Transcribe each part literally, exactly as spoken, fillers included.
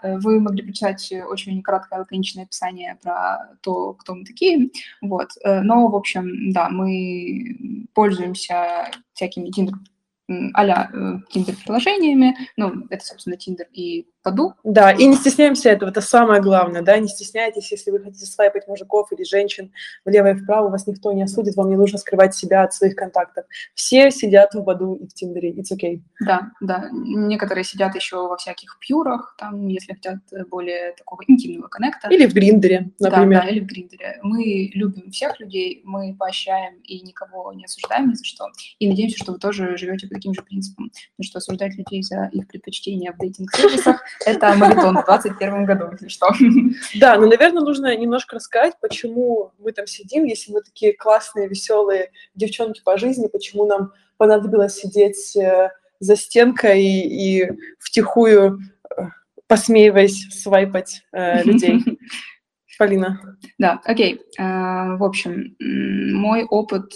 э, вы могли прочитать очень краткое лаконичное описание про то, кто мы такие, вот. Э, но, в общем, да, мы пользуемся всякими Tinder, м, а-ля э, Tinder-приложениями, ну, это, собственно, Tinder и Badoo. Да, и не стесняемся этого, это самое главное, да, не стесняйтесь, если вы хотите свайпать мужиков или женщин влево и вправо, вас никто не осудит, вам не нужно скрывать себя от своих контактов. Все сидят в Badoo и в Тиндере, it's okay. Да, да, некоторые сидят еще во всяких пьюрах, там, если хотят более такого интимного коннекта. Или в Гриндере, например. Да, да, или в Гриндере. Мы любим всех людей, мы поощряем и никого не осуждаем ни за что, и надеемся, что вы тоже живете по таким же принципам, потому что осуждать людей за их предпочтения в дейтинг-сервисах — это мавитон в двадцать первом году, если что. Да, но, наверное, нужно немножко рассказать, почему мы там сидим, если мы такие классные, веселые девчонки по жизни, почему нам понадобилось сидеть за стенкой и, и втихую, посмеиваясь, свайпать э, людей. Полина. Да, окей. Uh, в общем, мой опыт,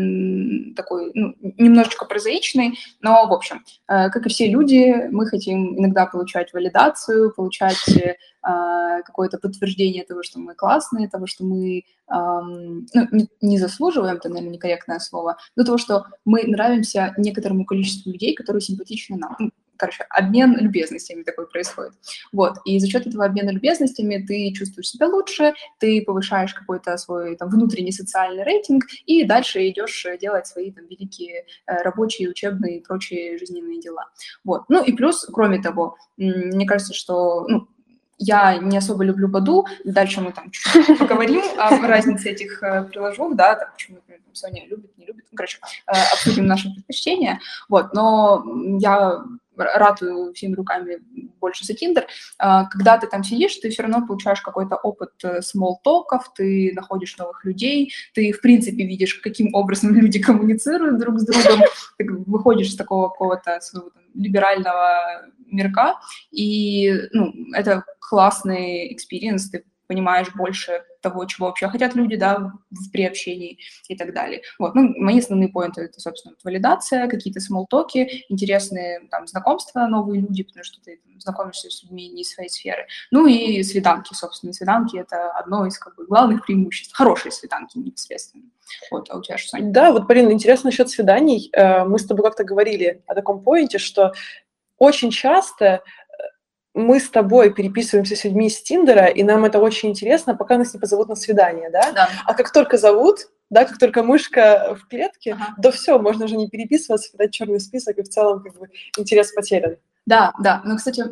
он такой, ну, немножечко прозаичный, но, в общем, uh, как и все люди, мы хотим иногда получать валидацию, получать uh, какое-то подтверждение того, что мы классные, того, что мы um, ну, не, не заслуживаем, это, наверное, некорректное слово, но того, что мы нравимся некоторому количеству людей, которые симпатичны нам. Короче, обмен любезностями такой происходит. Вот. И за счет этого обмена любезностями ты чувствуешь себя лучше, ты повышаешь какой-то свой там внутренний социальный рейтинг, и дальше идешь делать свои там великие э, рабочие, учебные и прочие жизненные дела. Вот. Ну и плюс, кроме того, мне кажется, что... Ну, я не особо люблю Badoo, дальше мы там чуть-чуть поговорим о разнице этих э, приложений, да, там, почему, например, там, Соня любит, не любит, ну, короче, э, обсудим наши предпочтения, вот, но я ратую всеми руками больше за Tinder. Э, когда ты там сидишь, ты все равно получаешь какой-то опыт смолл-токов, ты находишь новых людей, ты, в принципе, видишь, каким образом люди коммуницируют друг с другом, ты выходишь из такого какого-то своего там, либерального мирка, и, ну, это классный экспириенс, ты понимаешь больше того, чего вообще хотят люди, да, при общении и так далее. Вот, ну, мои основные поинты — это, собственно, валидация, какие-то смолл-токи, интересные там знакомства, новые люди, потому что ты там, знакомишься с людьми не из своей сферы. Ну и свиданки, собственно, свиданки — это одно из, как бы, главных преимуществ. Хорошие свиданки непосредственно. Вот, а у тебя что, Саня? Да, вот, Полина, интересно насчет свиданий. Мы с тобой как-то говорили о таком поинте, что очень часто мы с тобой переписываемся с людьми из Тиндера, и нам это очень интересно, пока нас не позовут на свидание, да? Да. А как только зовут, да, как только мышка в клетке, ага. да все, можно уже не переписываться, дать черный список, и в целом как бы интерес потерян. Да, да. Ну, кстати,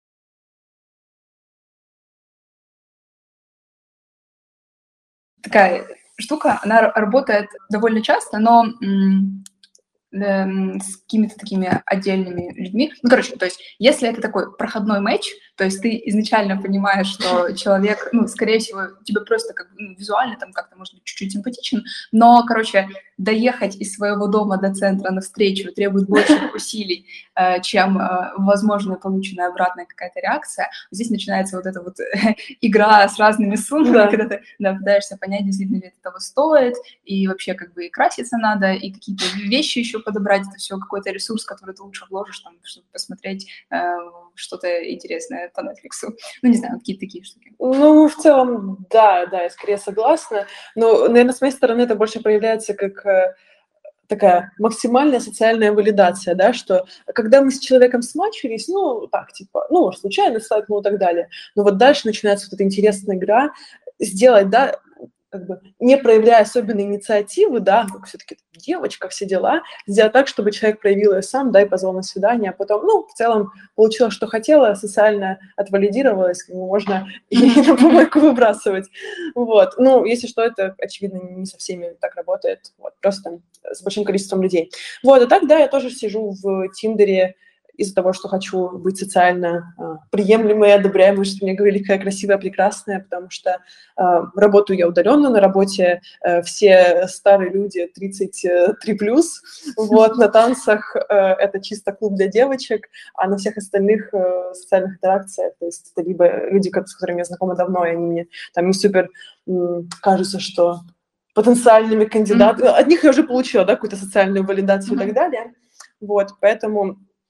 такая штука, она работает довольно часто, но м- с какими-то такими отдельными людьми. Ну, короче, то есть, если это такой проходной матч, то есть ты изначально понимаешь, что человек, ну, скорее всего, тебе просто как бы ну, визуально там как-то, может быть, чуть-чуть симпатичен, но, короче, доехать из своего дома до центра навстречу требует больших усилий, э, чем э, возможная полученная обратная какая-то реакция. Здесь начинается вот эта вот игра с разными суммами, да. Когда ты да, пытаешься понять, действительно ли это того стоит, и вообще как бы и краситься надо, и какие-то вещи еще подобрать, это все какой-то ресурс, который ты лучше вложишь, там, чтобы посмотреть э, что-то интересное по Netflix. Ну, не знаю, какие-то такие штуки. Ну, в целом, да, да, я скорее согласна, но, наверное, с моей стороны это больше проявляется как э, такая максимальная социальная валидация, да, что когда мы с человеком смачились, ну, так, типа, ну, случайно сайт, ну, и так далее, но вот дальше начинается вот эта интересная игра, сделать, да, как бы не проявляя особенной инициативы, да, как все-таки девочка, все дела, сделать так, чтобы человек проявил ее сам, да, и позвал на свидание, а потом, ну, в целом получила, что хотела, социально отвалидировалась, как бы можно и на помойку выбрасывать, вот. Ну, если что, это, очевидно, не со всеми так работает, вот, просто с большим количеством людей. Вот, а так, да, я тоже сижу в Тиндере из-за того, что хочу быть социально э, приемлемой, одобряемой, что мне говорили, какая красивая, прекрасная, потому что э, работаю я удаленно, на работе э, все старые люди тридцать три плюс, вот, на танцах э, это чисто клуб для девочек, а на всех остальных э, социальных интеракциях, то есть это либо люди, с которыми я знакома давно, и они мне там не супер м, кажутся, что потенциальными кандидатами, mm-hmm. от них я уже получила, да, какую-то социальную валидацию mm-hmm. и так далее, вот, поэтому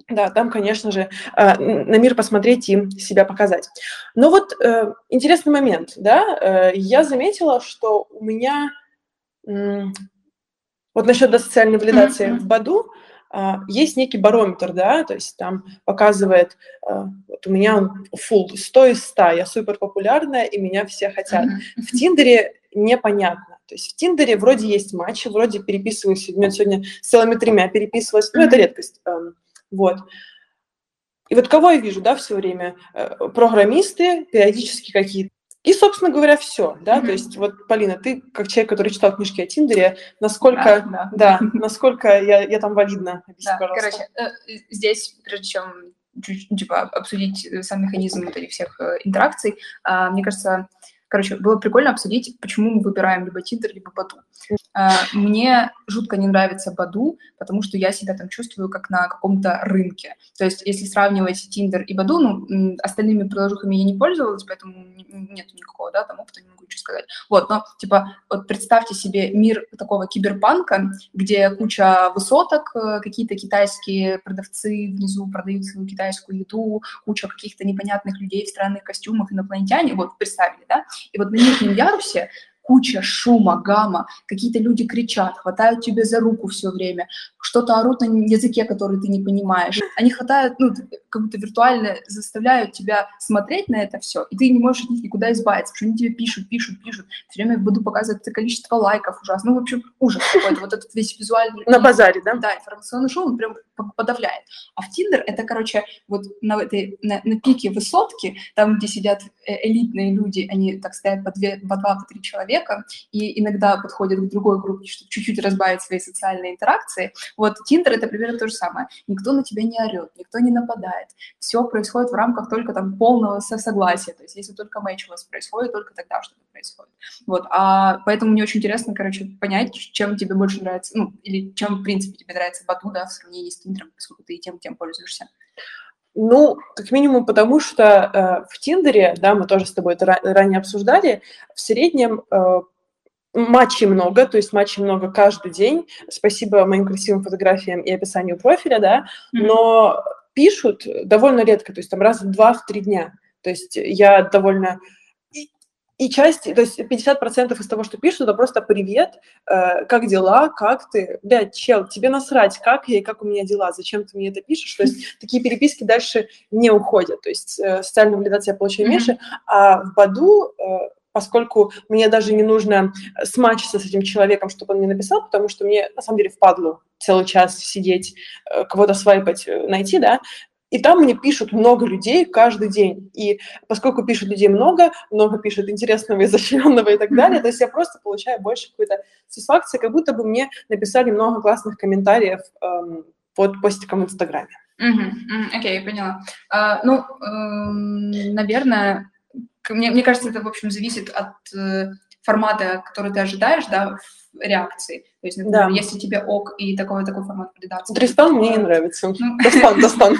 Да, там, конечно же, на мир посмотреть и себя показать. Но вот э, интересный момент, да, э, я заметила, что у меня, м, вот насчет да, социальной валидации Mm-hmm. в Баду э, есть некий барометр, да, то есть там показывает, э, вот у меня он full сто из ста, я супер популярная, и меня все хотят. Mm-hmm. В Тиндере непонятно. То есть в Тиндере вроде есть матчи, вроде переписываюсь, у меня сегодня с целыми тремя переписывалась, ну, mm-hmm. это редкость, э, вот. И вот кого я вижу, да, все время? Программисты, периодически какие-то. И, собственно говоря, все, да, mm-hmm. то есть вот, Полина, ты, как человек, который читал книжки о Тиндере, насколько, да, да. Да, насколько я, я там валидна? Объясни, да, короче, здесь, прежде чем типа, обсудить сам механизм этих всех интеракций, мне кажется, короче, было прикольно обсудить, почему мы выбираем либо Тиндер, либо Баду. Мне жутко не нравится Баду, потому что я себя там чувствую как на каком-то рынке. То есть если сравнивать Тиндер и Баду, ну, остальными приложухами я не пользовалась, поэтому нет никакого, да, там опыта, не могу ничего сказать. Вот, но, типа, вот представьте себе мир такого киберпанка, где куча высоток, какие-то китайские продавцы внизу продают свою китайскую еду, куча каких-то непонятных людей в странных костюмах, инопланетяне, вот, представили, да? И вот на нижнем ярусе куча шума, гамма, какие-то люди кричат, хватают тебя за руку все время, что-то орут на языке, который ты не понимаешь. Они хватают, ну, как будто виртуально заставляют тебя смотреть на это все, и ты не можешь от них никуда избавиться, потому что они тебе пишут, пишут, пишут. Все время в Баду показывают это количество лайков ужасно. Ну, в общем, ужас какой-то. Вот этот весь визуальный... На базаре, да? Да, информационный шум, он прям подавляет. А в Тиндер это, короче, вот на, этой, на, на пике высотки, там, где сидят элитные люди, они так стоят по, две, по два, по три человека, и иногда подходят к другой группе, чтобы чуть-чуть разбавить свои социальные интеракции. Вот Тиндер — это примерно то же самое. Никто на тебя не орет, никто не нападает. Все происходит в рамках только там полного согласия. То есть если только матч у вас происходит, только тогда что-то происходит. Вот. А поэтому мне очень интересно, короче, понять, чем тебе больше нравится, ну, или чем, в принципе, тебе нравится Баду, да, в сравнении с Тиндером, поскольку ты и тем, тем пользуешься. Ну, как минимум потому, что э, в Тиндере, да, мы тоже с тобой это ра- ранее обсуждали, в среднем э, матчей много, то есть матчей много каждый день. Спасибо моим красивым фотографиям и описанию профиля, да, mm-hmm. но пишут довольно редко, то есть там раз в два, в три дня. То есть я довольно... И часть, то есть пятьдесят процентов из того, что пишут, это просто «Привет, э, как дела, как ты?» Блядь, чел, тебе насрать, как я и как у меня дела, зачем ты мне это пишешь? То есть такие переписки дальше не уходят. То есть э, социальную валидацию я получаю mm-hmm. меньше, а в Баду, э, поскольку мне даже не нужно смачиться с этим человеком, чтобы он мне написал, потому что мне, на самом деле, впадлу целый час сидеть, э, кого-то свайпать, э, найти, да, и там мне пишут много людей каждый день. И поскольку пишут людей много, много пишут интересного, изощренного и так далее, то есть я просто получаю больше какой-то сатисфакции, как будто бы мне написали много классных комментариев эм, под постиком в Инстаграме. Окей, mm-hmm. mm-hmm. okay, поняла. Uh, ну, uh, наверное, мне, мне кажется, это, в общем, зависит от uh, формата, который ты ожидаешь, да, реакции. То есть, например, да. если тебе ок и такой такой формат валидации. Тристан мне не нравится. Ну... Достан, Достан.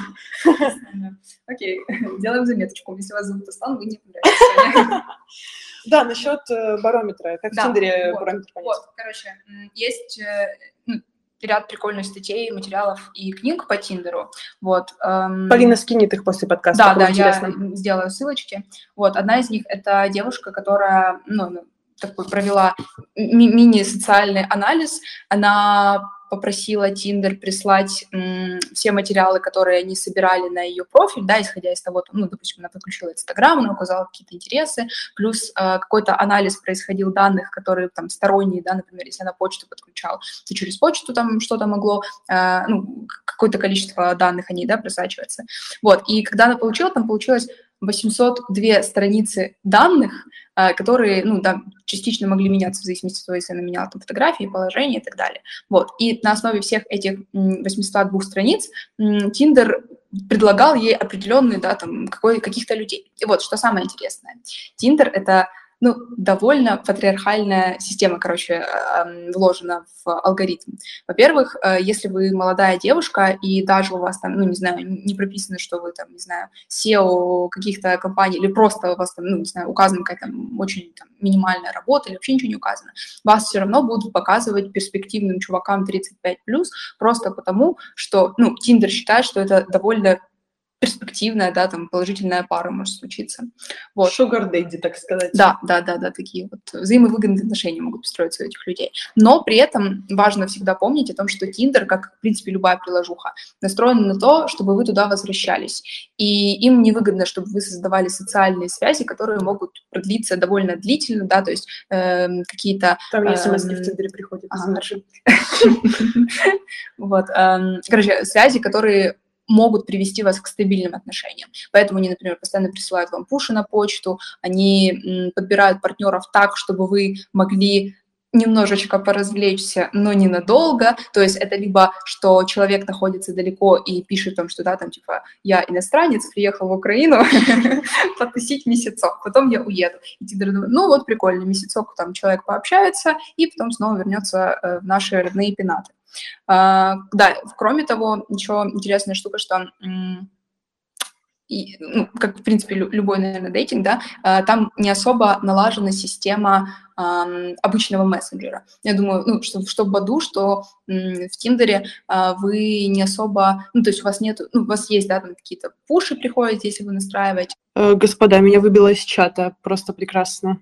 Окей, делаем заметочку. Если вас зовут Достан, вы не нравитесь. Да, насчет барометра. Как в Тиндере барометр понять? Вот, короче, есть ряд прикольных статей, материалов и книг по Тиндеру. Вот. Полина скинет их после подкаста. Да, да, интересно. Я сделаю ссылочки. Вот, одна из них — это девушка, которая, ну, такой провела ми- мини-социальный анализ. Она попросила Tinder прислать м, все материалы, которые они собирали на ее профиль, да, исходя из того, ну, допустим, она подключила Инстаграм, она указала какие-то интересы, плюс э, какой-то анализ происходил данных, которые там сторонние, да, например, если она почту подключала, то через почту там что-то могло, э, ну, какое-то количество данных о ней, да, просачивается. Вот, и когда она получила, там получилось восемьсот две страницы данных, которые, ну, да, частично могли меняться в зависимости от того, если она меняла там фотографии, положения и так далее. Вот. И на основе всех этих восьмисот двух страниц Tinder предлагал ей определенные, да, там, какой, каких-то людей. И вот, что самое интересное. Tinder — это ну, довольно патриархальная система, короче, вложена в алгоритм. Во-первых, если вы молодая девушка, и даже у вас там, ну, не знаю, не прописано, что вы там, не знаю, си и о каких-то компаний, или просто у вас там, ну, не знаю, указана какая-то очень там, минимальная работа, или вообще ничего не указано, вас все равно будут показывать перспективным чувакам тридцать пять плюс, просто потому, что, ну, Tinder считает, что это довольно перспективная, да, там, положительная пара может случиться. Вот. Sugar daddy, так сказать. Да, да, да, да, такие вот взаимовыгодные отношения могут построиться у этих людей. Но при этом важно всегда помнить о том, что Tinder, как, в принципе, любая приложуха, настроена на то, чтобы вы туда возвращались. И им невыгодно, чтобы вы создавали социальные связи, которые могут продлиться довольно длительно, да, то есть э, какие-то... Там э, смс-ки в Тиндере приходят. Вот, короче, связи, которые могут привести вас к стабильным отношениям. Поэтому они, например, постоянно присылают вам пуши на почту, они м, подбирают партнеров так, чтобы вы могли немножечко поразвлечься, но ненадолго. То есть это либо, что человек находится далеко и пишет вам, что да, там типа я иностранец, приехал в Украину потусить месяцок, потом я уеду. И ты думаешь, ну вот прикольно, месяцок там человек пообщается и потом снова вернется э, в наши родные пенаты. Uh, да, кроме того, еще интересная штука, что, м- и, ну, как, в принципе, лю- любой, наверное, дейтинг, да, uh, там не особо налажена система um, обычного мессенджера. Я думаю, ну, что, что в Баду, что м- в Тиндере uh, вы не особо, ну, то есть у вас нет, ну, у вас есть, да, там какие-то пуши приходят, если вы настраиваете. Э, господа, меня выбило из чата, просто прекрасно.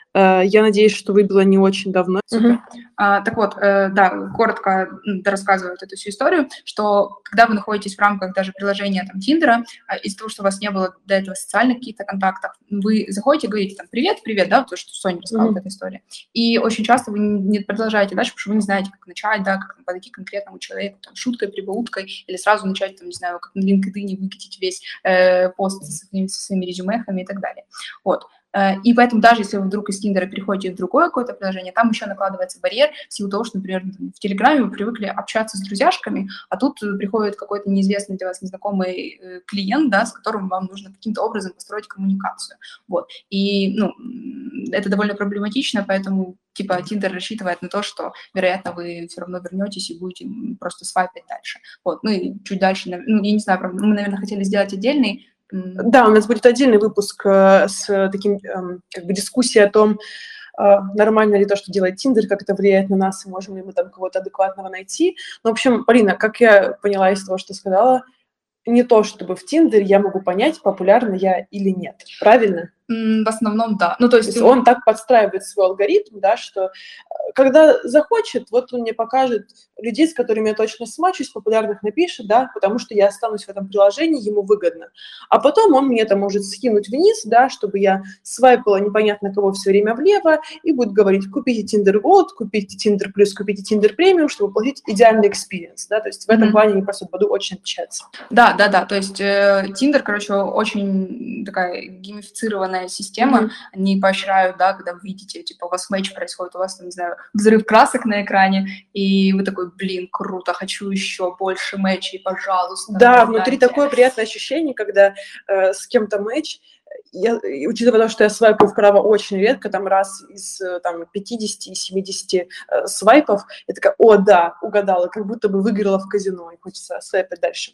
Я надеюсь, что выбило не очень давно. Супер. А, так вот, э, да, коротко рассказываю эту всю историю, что когда вы находитесь в рамках даже приложения там Тиндера, а, из-за того, что у вас не было до этого социальных каких-то контактов, вы заходите и говорите там «привет, привет», да, то, что Соня рассказала, mm-hmm. эта история. И очень часто вы не продолжаете дальше, потому что вы не знаете, как начать, да, как подойти к конкретному человеку, там, шуткой, прибауткой, или сразу начать, там, не знаю, как на LinkedIn выкатить весь э, пост со своими, со своими резюмехами и так далее. Вот. И поэтому даже если вы вдруг из Тиндера переходите в другое какое-то приложение, там еще накладывается барьер в силу того, что, например, в Телеграме вы привыкли общаться с друзьяшками, а тут приходит какой-то неизвестный для вас незнакомый клиент, да, с которым вам нужно каким-то образом построить коммуникацию. Вот. И, ну, это довольно проблематично, поэтому, типа, Тиндер рассчитывает на то, что, вероятно, вы все равно вернетесь и будете просто свайпать дальше. Вот. Ну и чуть дальше, ну, я не знаю, правда, мы, наверное, хотели сделать отдельный. Да, у нас будет отдельный выпуск э, с таким, э, как бы, дискуссией о том, э, нормально ли то, что делает Тиндер, как это влияет на нас, и можем ли мы там кого-то адекватного найти. Ну, в общем, Полина, как я поняла из того, что сказала, не то, чтобы в Тиндере я могу понять, популярна я или нет. Правильно? В основном, да. Ну, то есть, то есть он так подстраивает свой алгоритм, да, что когда захочет, вот он мне покажет людей, с которыми я точно смачусь, популярных напишет, да, потому что я останусь в этом приложении, ему выгодно. А потом он мне это может скинуть вниз, да, чтобы я свайпала непонятно кого все время влево и будет говорить, купите Tinder Gold, купите Tinder Plus, купите Tinder Premium, чтобы получить идеальный экспириенс, да, то есть в этом mm-hmm. плане они просто в Баду очень отличаются. Да, да, да, то есть э, Tinder, короче, очень такая геймифицированная система, mm-hmm. они поощряют, да, когда вы видите, типа, у вас матч происходит, у вас, там, не знаю, взрыв красок на экране, и вы такой, блин, круто, хочу еще больше матчей, пожалуйста. Да, внутри дайте. Такое приятное ощущение, когда э, с кем-то матч, я, учитывая то, что я свайпаю вправо очень редко, там раз из там, пятьдесят-семьдесят э, свайпов, я такая, о, да, угадала, как будто бы выиграла в казино, и хочется свайпать дальше.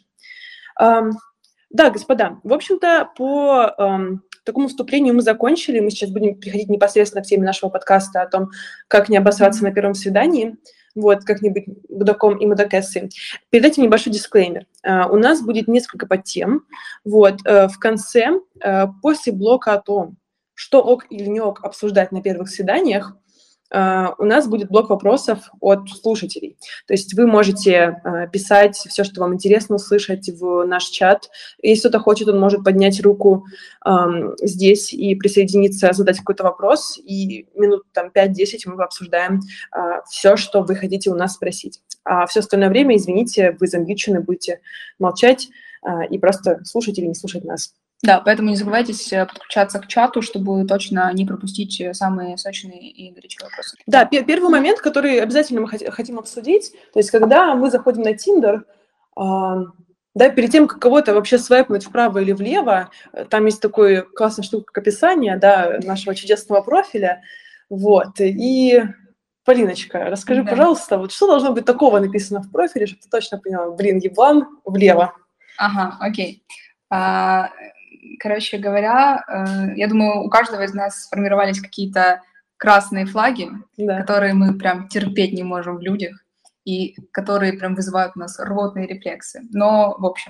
Um, да, господа, в общем-то, по um, такому вступлению мы закончили. Мы сейчас будем переходить непосредственно к теме нашего подкаста о том, как не обосраться на первом свидании. Вот, как-нибудь будаком и мудакессой. Перед этим небольшой дисклеймер. Uh, у нас будет несколько подтем. Вот, uh, в конце, uh, после блока о том, что ок или не ок обсуждать на первых свиданиях, Uh, у нас будет блок вопросов от слушателей. То есть вы можете uh, писать все, что вам интересно услышать в наш чат. Если кто-то хочет, он может поднять руку um, здесь и присоединиться, задать какой-то вопрос, и минут там пять-десять мы обсуждаем uh, все, что вы хотите у нас спросить. А все остальное время, извините, вы замьючены, будете молчать uh, и просто слушать или не слушать нас. Да, поэтому не забывайте подключаться к чату, чтобы точно не пропустить самые сочные и горячие вопросы. Да, п- первый момент, который обязательно мы хотим обсудить, то есть когда мы заходим на Tinder, э, Да, перед тем, как кого-то вообще свайпнуть вправо или влево, там есть такой классная штука, как описание, да, нашего чудесного профиля. Вот. И, Полиночка, расскажи, Да. пожалуйста, вот что должно быть такого написано в профиле, чтобы ты точно поняла, блин, еблан влево. Ага, окей. А, короче говоря, я думаю, у каждого из нас сформировались какие-то красные флаги, Да. которые мы прям терпеть не можем в людях, и которые прям вызывают у нас рвотные рефлексы. Но, в общем,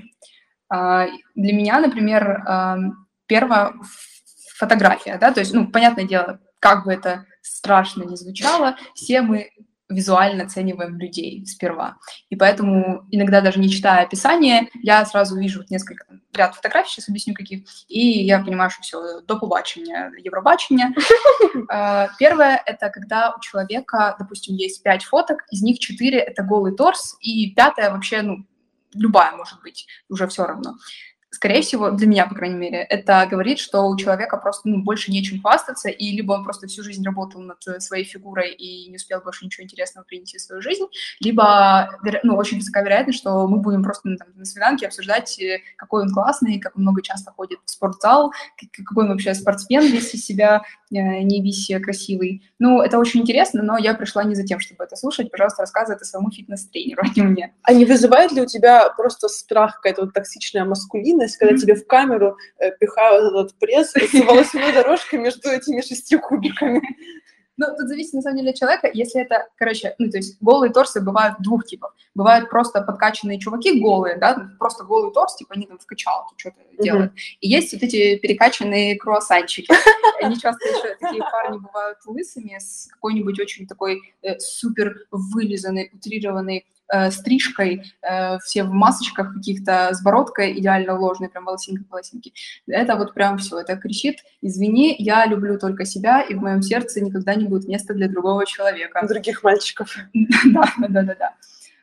для меня, например, первая фотография, да, то есть, ну, понятное дело, как бы это страшно ни звучало, все мы визуально оцениваем людей сперва. И поэтому, иногда даже не читая описание, я сразу вижу несколько, там, ряд фотографий, сейчас объясню каких, и я понимаю, что все, до побачення, Евробачення. Первое — это когда у человека, допустим, есть пять фоток, из них четыре — это голый торс, и пятая вообще, ну, любая может быть, уже все равно. Скорее всего, для меня, по крайней мере, это говорит, что у человека просто ну, больше нечем хвастаться, и либо он просто всю жизнь работал над своей фигурой и не успел больше ничего интересного принести в свою жизнь, либо ну, очень высока вероятность, что мы будем просто ну, там, на свиданке обсуждать, какой он классный, как он много часто ходит в спортзал, какой он вообще спортсмен весь из себя, не весь красивый. Ну, это очень интересно, но я пришла не за тем, чтобы это слушать. Пожалуйста, рассказывай это своему фитнес-тренеру, а не мне. А не вызывает ли у тебя просто страх, какая-то вот токсичная маскулинность, когда mm-hmm. тебе в камеру э, пихают этот пресс с волосяной дорожкой между этими шестью кубиками? Ну, тут зависит, на самом деле, от человека. Если это, короче, ну, то есть голые торсы бывают двух типов. Бывают просто подкачанные чуваки голые, да, просто голый торс, типа они там в качалке что-то mm-hmm. делают. И есть вот эти перекачанные круассанчики. Они часто еще, такие парни бывают лысыми, с какой-нибудь очень такой э, супер вылизанной, утрированной э, стрижкой, э, все в масочках каких-то, с бородкой идеально уложенной, прям волосинка-волосинки. Это вот прям все, это кричит: извини, я люблю только себя, и в моем сердце никогда не будет места для другого человека. Других мальчиков. Да, да, да, да.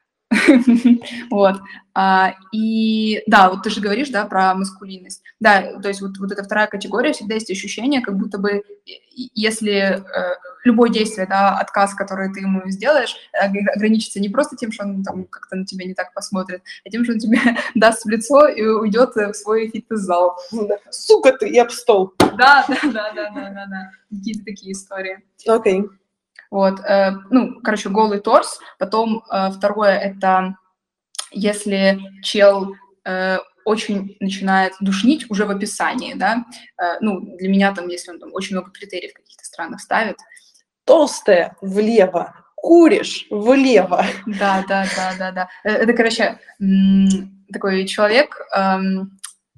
Вот. А, и да, вот ты же говоришь, да, про маскулинность. Да, то есть вот, вот эта вторая категория, всегда есть ощущение, как будто бы если э, любое действие, да, отказ, который ты ему сделаешь, ограничится не просто тем, что он там как-то на тебя не так посмотрит, а тем, что он тебе даст в лицо и уйдет в свой фитнес-зал. Сука ты, и об стол. Да, да, да, да, да, да, да. Какие-то такие истории. Окей. Okay. Вот, э, ну, короче, голый торс. Потом э, второе — это если чел э, очень начинает душнить уже в описании, да. Э, ну, для меня там, если он там очень много критериев в каких-то странах ставит. Толстая влево, куришь влево. Да, да, да, да, да. Это, короче, м- такой человек... Эм,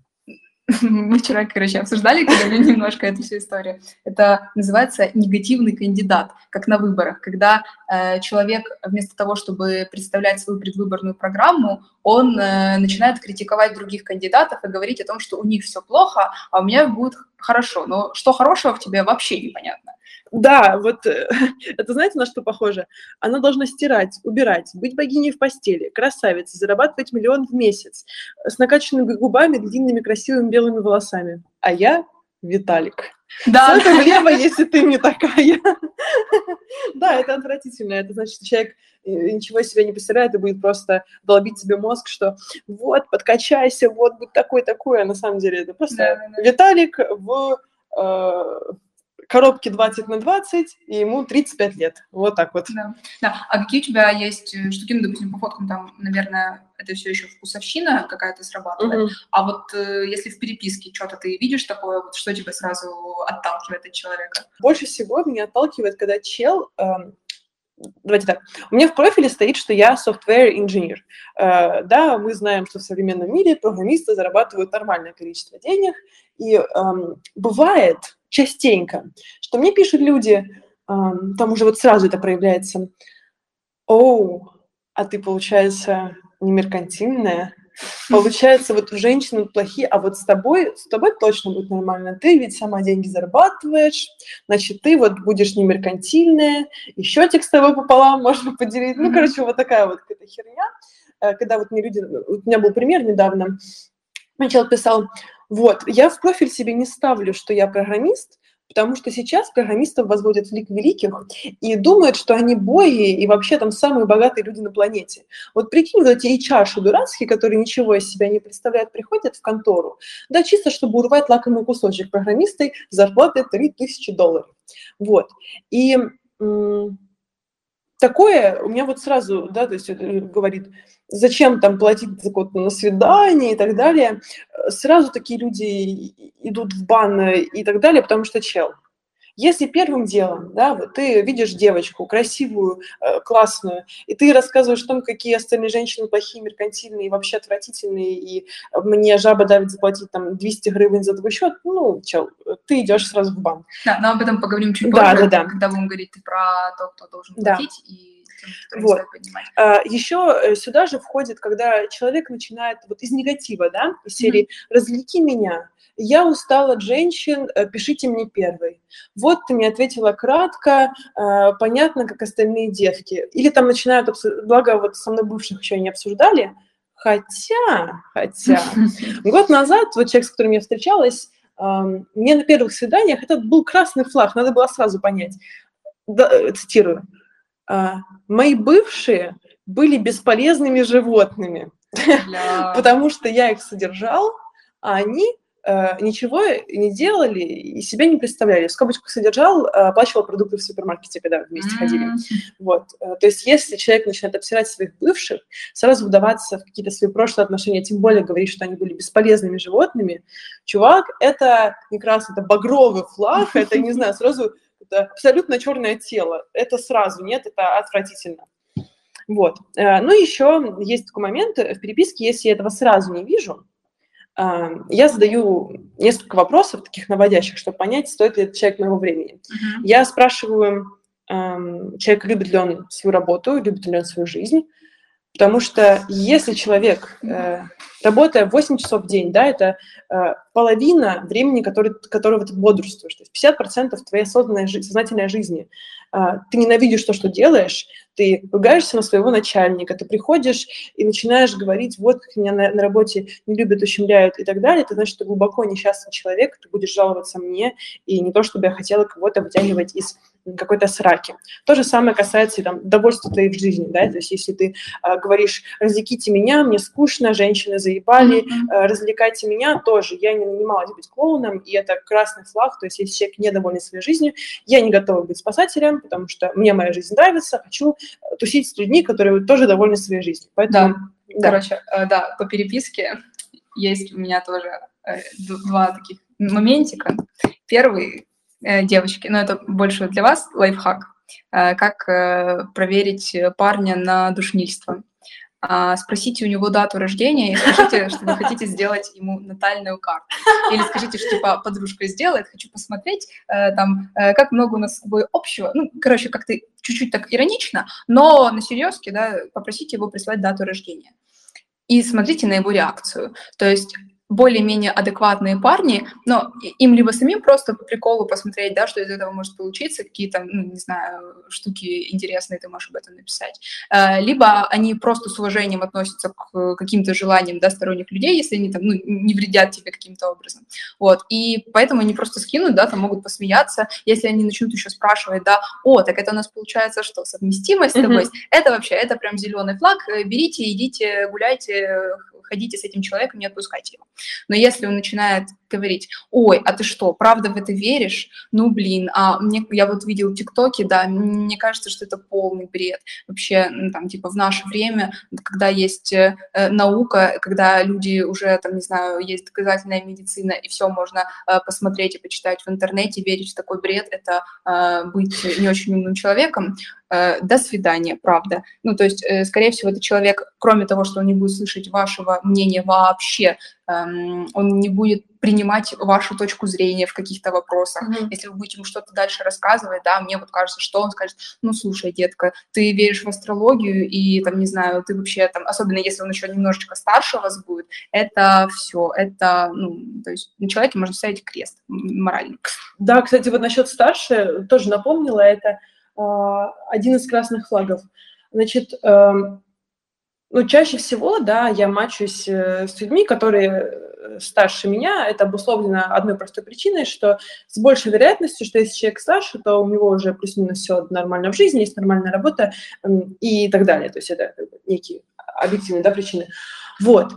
мы вчера, короче, обсуждали когда-нибудь немножко эту всю историю. Это называется негативный кандидат, как на выборах, когда э, человек вместо того, чтобы представлять свою предвыборную программу, он э, начинает критиковать других кандидатов и говорить о том, что у них все плохо, а у меня будет хорошо. Но что хорошего в тебе, вообще непонятно. Да, вот это знаете, на что похоже? Она должна стирать, убирать, быть богиней в постели, красавицей, зарабатывать миллион в месяц, с накачанными губами, длинными красивыми белыми волосами. А я Виталик. Да. Ссылка влево, если ты не такая. Да, это отвратительно. Это значит, что человек ничего себе не представляет и будет просто долбить себе мозг, что вот, подкачайся, вот, будь такой-такой. А на самом деле это просто Виталик в... коробки двадцать на двадцать, и ему тридцать пять лет. Вот так вот. Да. Да. А какие у тебя есть штуки, ну, допустим, по фоткам там, наверное, это все еще вкусовщина какая-то срабатывает, uh-huh. а вот э, если в переписке что-то ты видишь такое, вот что тебя сразу отталкивает от человека? Больше всего меня отталкивает, когда чел... Э, давайте так. У меня в профиле стоит, что я software-инженер. Э, да, мы знаем, что в современном мире программисты зарабатывают нормальное количество денег, и э, бывает... частенько, что мне пишут люди, там уже вот сразу это проявляется: оу, а ты, получается, не меркантильная, получается, вот женщины плохие, а вот с тобой, с тобой точно будет нормально, ты ведь сама деньги зарабатываешь, значит, ты вот будешь не меркантильная, и счетик с тобой пополам можно поделить, ну, короче, вот такая вот какая-то херня, когда вот мне люди, у меня был пример недавно, мне человек писал: вот, я в профиль себе не ставлю, что я программист, Потому что сейчас программистов возводят в лик великих и думают, что они боги и вообще там самые богатые люди на планете. Вот прикинь, вот эти эйч ар-ши дурацкие, которые ничего из себя не представляют, приходят в контору, да, чисто чтобы урвать лакомый кусочек программистой с зарплатой три тысячи долларов. Вот. И м- такое у меня вот сразу, да, то есть говорит, зачем там платить за кого-то на свидание и так далее. Сразу такие люди идут в бан и так далее, потому что чел. Если первым делом, да, вот ты видишь девочку красивую, классную, и ты рассказываешь о том, какие остальные женщины плохие, меркантильные и вообще отвратительные, и мне жаба давит заплатить там двести гривен за твой счет, ну, чел, ты идешь сразу в бан. Да, но об этом поговорим чуть да, позже, да, да. когда будем говорить про то, кто должен платить, да. И тем, вот. А, еще сюда же входит, когда человек начинает вот из негатива, да, из серии mm-hmm. «развлеки меня». Я устала от женщин, пишите мне первой. Вот ты мне ответила кратко, понятно, как остальные девки. Или там начинают, благо вот со мной бывших еще не обсуждали, хотя, хотя, год назад вот человек, с которым я встречалась, мне на первых свиданиях, это был красный флаг, надо было сразу понять, да, цитирую, «Мои бывшие были бесполезными животными, yeah. потому что я их содержал, а они э, ничего не делали и себя не представляли. В скобочках содержал, оплачивал продукты в супермаркете, когда вместе mm-hmm. ходили. Вот. То есть если человек начинает обсирать своих бывших, сразу вдаваться в какие-то свои прошлые отношения, тем более говорить, что они были бесполезными животными, чувак, это не раз, это багровый флаг, это, не знаю, сразу... Это абсолютно черное тело. Это сразу, нет, это отвратительно. Вот. Ну, еще есть такой момент в переписке, если я этого сразу не вижу, я задаю несколько вопросов, таких наводящих, чтобы понять, стоит ли этот человек моего времени. Uh-huh. Я спрашиваю человека, любит ли он свою работу, любит ли он свою жизнь, потому что если человек, работая восемь часов в день, да, это половина времени, который, которого ты бодрствуешь, то есть пятьдесят процентов твоей осознанной, сознательной жизни. Ты ненавидишь то, что делаешь, ты ругаешься на своего начальника, ты приходишь и начинаешь говорить, вот как меня на, на работе не любят, ущемляют и так далее, это значит, что ты глубоко несчастный человек, ты будешь жаловаться мне, и не то, чтобы я хотела кого-то вытягивать из какой-то сраки. То же самое касается и, там, довольства твоей в жизни, да, то есть если ты а, говоришь, развлеките меня, мне скучно, женщины заебали, mm-hmm. а, развлекайте меня, тоже, я не нанималась быть клоуном, и это красный флаг, то есть если человек недоволен своей жизнью, я не готова быть спасателем, потому что мне моя жизнь нравится, хочу тусить с людьми, которые тоже довольны своей жизнью. Поэтому, да. да, короче, э, да, по переписке есть у меня тоже э, два таких моментика. Первый, э, девочки, но это больше для вас лайфхак, э, как э, проверить парня на душнильство. А, спросите у него дату рождения и скажите, что вы хотите сделать ему натальную карту. Или скажите, что типа подружка сделает, хочу посмотреть, э, там, э, как много у нас с тобой общего. Ну, короче, как-то чуть-чуть так иронично, но на серьезке, да, попросите его прислать дату рождения. И смотрите на его реакцию. То есть более-менее адекватные парни, но им либо самим просто по приколу посмотреть, да, что из этого может получиться, какие-то, ну, не знаю, штуки интересные ты можешь об этом написать, либо они просто с уважением относятся к каким-то желаниям, да, сторонних людей, если они там, ну, не вредят тебе каким-то образом, вот, и поэтому они просто скинут, да, там могут посмеяться, если они начнут еще спрашивать, да, о, так это у нас получается что, совместимость с тобой, mm-hmm. это вообще, это прям зеленый флаг, берите, идите, гуляйте, ходите с этим человеком, не отпускайте его. Но если он начинает говорить, ой, а ты что, правда в это веришь? Ну, блин, а мне, я вот видел тиктоки, да, мне кажется, что это полный бред. Вообще, ну, там, типа, в наше время, когда есть э, наука, когда люди уже, там, не знаю, есть доказательная медицина, и все можно э, посмотреть и почитать в интернете, верить в такой бред, это э, быть не очень умным человеком. Э, до свидания, правда. Ну, то есть, э, скорее всего, этот человек, кроме того, что он не будет слышать вашего мнения вообще, эм, он не будет принимать вашу точку зрения в каких-то вопросах. Mm-hmm. Если вы будете ему что-то дальше рассказывать, да, мне вот кажется, что он скажет, ну, слушай, детка, ты веришь в астрологию, и, там, не знаю, ты вообще, там, особенно если он еще немножечко старше вас будет, это все, это, ну, то есть на человеке можно ставить крест моральный. Да, кстати, вот насчет старше, тоже напомнила, это э, один из красных флагов. Значит, э, ну, чаще всего, да, я мачусь э, с людьми, которые старше меня, это обусловлено одной простой причиной, что с большей вероятностью, что если человек старше, то у него уже плюс-минус все нормально в жизни, есть нормальная работа и так далее. То есть это некие объективные, да, причины. Вот.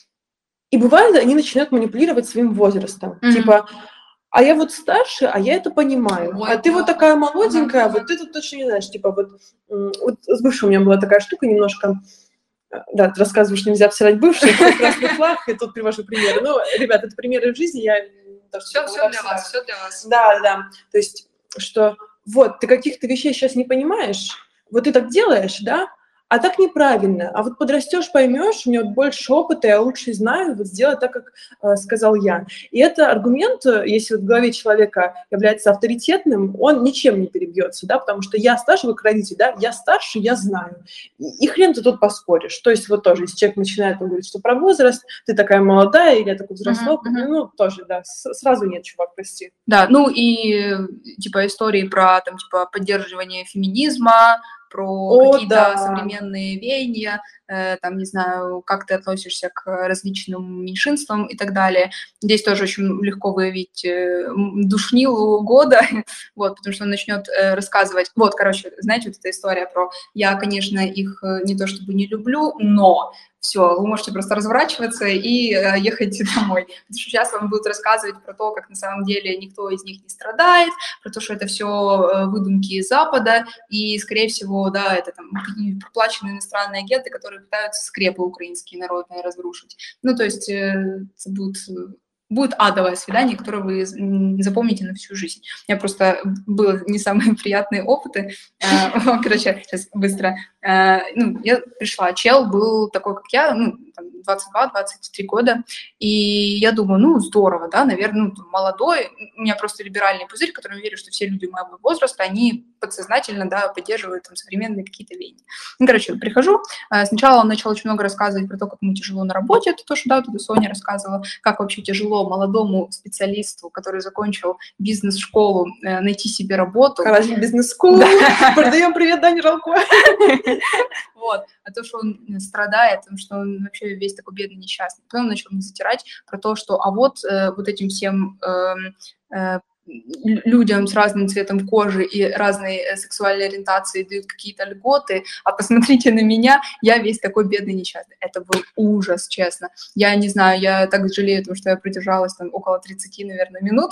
И бывает, они начинают манипулировать своим возрастом. Mm-hmm. Типа, а я вот старше, а я это понимаю. Ой, а ты да. вот такая молоденькая, uh-huh. вот ты тут точно не знаешь. Типа вот, вот с бывшей у меня была такая штука немножко. Да, ты рассказываешь, нельзя обсирать бывших, красный флаг, я тут привожу примеры. Ну, ребят, это примеры в жизни, я... Все, все для вас, все для вас. Да, да, то есть, что вот, ты каких-то вещей сейчас не понимаешь, вот ты так делаешь, да, а так неправильно. А вот подрастешь, поймешь, у меня вот больше опыта, я лучше знаю, вот сделай так, как э, сказал я. И это аргумент, если вот в голове человека является авторитетным, он ничем не перебьется, да, потому что я старше, как родитель, да, я старше, я знаю. И, и хрен ты тут поспоришь. То есть вот тоже, если человек начинает говорить, что про возраст, ты такая молодая или я такой взрослый, uh-huh, uh-huh. ну, тоже, да, с- сразу нет, чувак, прости. Да, ну и типа истории про, там, типа, поддерживание феминизма, про О, какие-то да. современные веяния, э, там, не знаю, как ты относишься к различным меньшинствам и так далее. Здесь тоже очень легко выявить э, душнилу года, вот, потому что он начнет э, рассказывать. Вот, короче, знаете, вот эта история про «я, конечно, их не то чтобы не люблю, но…» Все, вы можете просто разворачиваться и э, ехать домой. Потому что сейчас вам будут рассказывать про то, как на самом деле никто из них не страдает, про то, что это все э, выдумки Запада, и, скорее всего, да, это там какие-нибудь проплаченные иностранные агенты, которые пытаются скрепы украинские народные разрушить. Ну, то есть э, это будет... Будет адовое свидание, которое вы запомните на всю жизнь. У меня просто были не самые приятные опыты. Короче, сейчас быстро. Ну, я пришла, чел был такой, как я, ну, двадцать два - двадцать три года, и я думаю, ну, здорово, да, наверное, ну, молодой. У меня просто либеральный пузырь, в котором я верю, что все люди моего возраста, они подсознательно, да, поддерживают там современные какие-то веяния. Ну, короче, прихожу. Сначала он начал очень много рассказывать про то, как ему тяжело на работе, это то, что, да, тут Соня рассказывала, как вообще тяжело молодому специалисту, который закончил бизнес-школу, найти себе работу. Разве бизнес-школу? Продаем привет, Дане Жалко. Вот. А то, что он страдает, что он вообще весь такой бедный, несчастный. Потом он начал мне затирать про то, что а вот вот этим всем людям с разным цветом кожи и разной сексуальной ориентацией дают какие-то льготы, а посмотрите на меня, я весь такой бедный, несчастный. Это был ужас, честно. Я не знаю, я так жалею, потому что я продержалась там около тридцать, наверное, минут.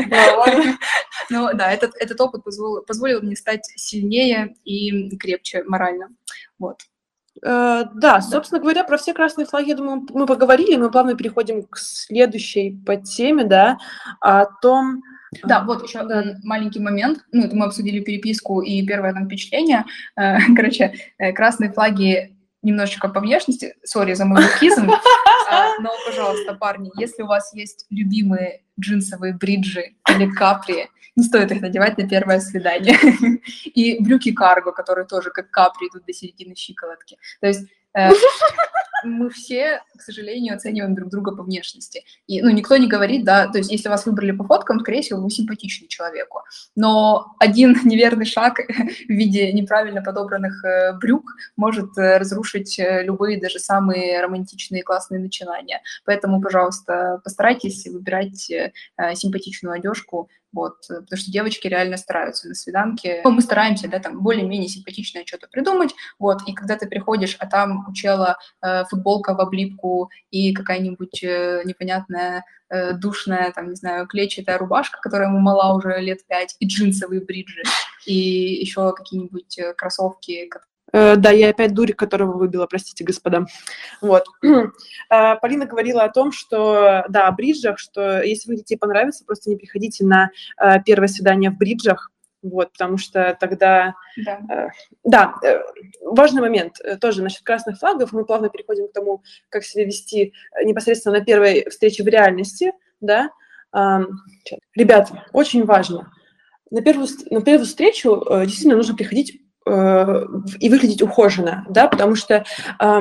Но да, этот, этот опыт позволил, позволил мне стать сильнее и крепче морально. Вот. Uh, да, собственно да. говоря, про все красные флаги, я думаю, мы поговорили, мы плавно переходим к следующей подтеме, да, о том... Да, вот еще да. маленький момент, ну, это мы обсудили переписку и первое там впечатление, короче, красные флаги немножечко по внешности, сори за мой лукизм, но, пожалуйста, парни, если у вас есть любимые джинсовые бриджи или капри, не стоит их надевать на первое свидание. И брюки карго, которые тоже как капри идут до середины щиколотки. То есть э, мы все, к сожалению, оцениваем друг друга по внешности. И, ну, никто не говорит, да, то есть если вас выбрали по фоткам, скорее всего, вы симпатичны человеку. Но один неверный шаг в виде неправильно подобранных э, брюк может э, разрушить э, любые, даже самые романтичные классные начинания. Поэтому, пожалуйста, постарайтесь выбирать э, симпатичную одежку. Вот, потому что девочки реально стараются на свиданке. Ну, мы стараемся, да, там, более-менее симпатичное что-то придумать, вот, и когда ты приходишь, а там у чела э, футболка в облипку и какая-нибудь э, непонятная, э, душная, там, не знаю, клетчатая рубашка, которая ему мала уже лет пять, и джинсовые бриджи, и еще какие-нибудь кроссовки, Uh, да, я опять дурик, которого выбила, простите, господа. Вот. Uh, Полина говорила о том, что, да, о бриджах, что если вы детей понравится, просто не приходите на uh, первое свидание в бриджах, вот, потому что тогда... Да, uh, да uh, важный момент uh, тоже насчет красных флагов. Мы плавно переходим к тому, как себя вести непосредственно на первой встрече в реальности, да. Uh, ребята, очень важно. На первую, на первую встречу uh, действительно нужно приходить и выглядеть ухоженно, да, потому что э,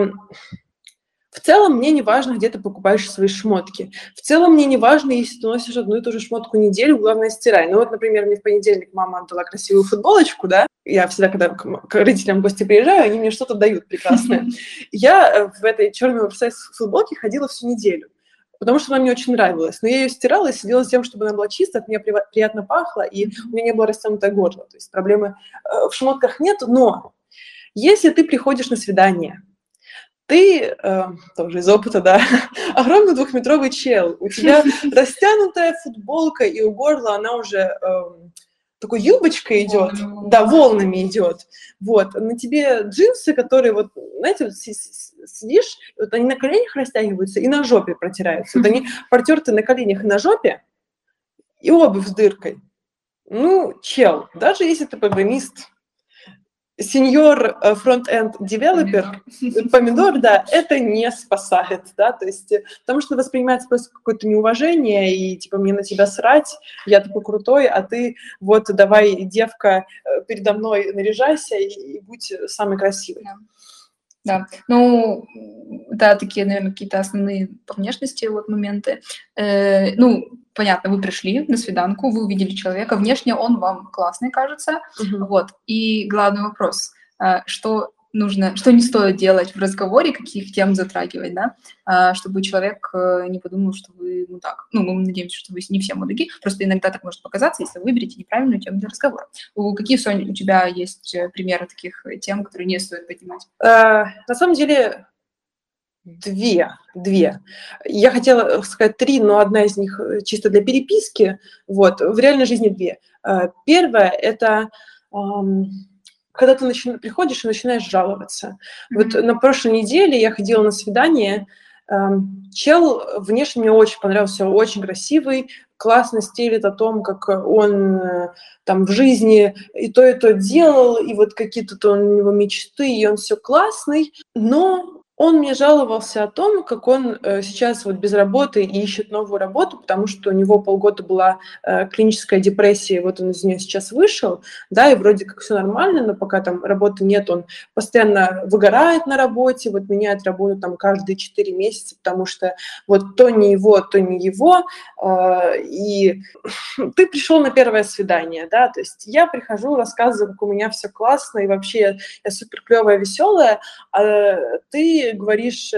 в целом мне не важно, где ты покупаешь свои шмотки. В целом мне не важно, если ты носишь одну и ту же шмотку неделю, главное, стирай. Ну вот, например, мне в понедельник мама отдала красивую футболочку, да, я всегда, когда к родителям в гости приезжаю, они мне что-то дают прекрасное. Я в этой черной оверсайз футболке ходила всю неделю. потому что она мне очень нравилась. Но я ее стирала и следила за тем, чтобы она была чистая, от меня приятно пахло, и у меня не было растянутое горло. То есть проблемы в шмотках нет, но если ты приходишь на свидание, ты, э, тоже из опыта, да, огромный двухметровый чел, у тебя растянутая футболка, и у горла она уже э, такой юбочкой идет, волнами. Да, волнами идет. Вот, на тебе джинсы, которые вот, знаете, вот сидишь, вот они на коленях растягиваются и на жопе протираются. Вот они протерты на коленях и на жопе, и обувь с дыркой. Ну, чел, даже если ты программист, сеньор фронт-энд девелопер, помидор, да, это не спасает, да, то есть, потому что воспринимается просто какое-то неуважение, и, типа, мне на тебя срать, я такой крутой, а ты, вот, давай, девка, передо мной наряжайся и, и будь самой красивой. Да. Да, ну, да, такие, наверное, какие-то основные по внешности вот моменты. Э, ну, понятно, вы пришли на свиданку, вы увидели человека, внешне он вам классный, кажется, uh-huh. вот. И главный вопрос, что нужно, что не стоит делать в разговоре, каких тем затрагивать, да, чтобы человек не подумал, что вы мудак. Ну, мы надеемся, что вы не все мудаки, просто иногда так может показаться, если вы выберете неправильную тему для разговора. Какие, Соня, у тебя есть примеры таких тем, которые не стоит поднимать? Uh, на самом деле, две, две. Я хотела сказать три, но одна из них чисто для переписки. Вот, в реальной жизни две. Uh, первое – это... Um, когда ты начи... приходишь и начинаешь жаловаться. Mm-hmm. Вот на прошлой неделе я ходила на свидание, эм, чел внешне мне очень понравился, очень красивый, классно стелит о том, как он э, там в жизни и то, и то делал, и вот какие-то у него мечты, и он все классный, но он мне жаловался о том, как он э, сейчас вот без работы и ищет новую работу, потому что у него полгода была э, клиническая депрессия, и вот он из нее сейчас вышел, да, и вроде как все нормально, но пока там работы нет, он постоянно выгорает на работе, вот меняет работу там каждые четыре месяца, потому что вот то не его, то не его, э, и ты пришел на первое свидание, да, то есть я прихожу, рассказываю, как у меня все классно, и вообще я супер клевая, веселая, а ты говоришь,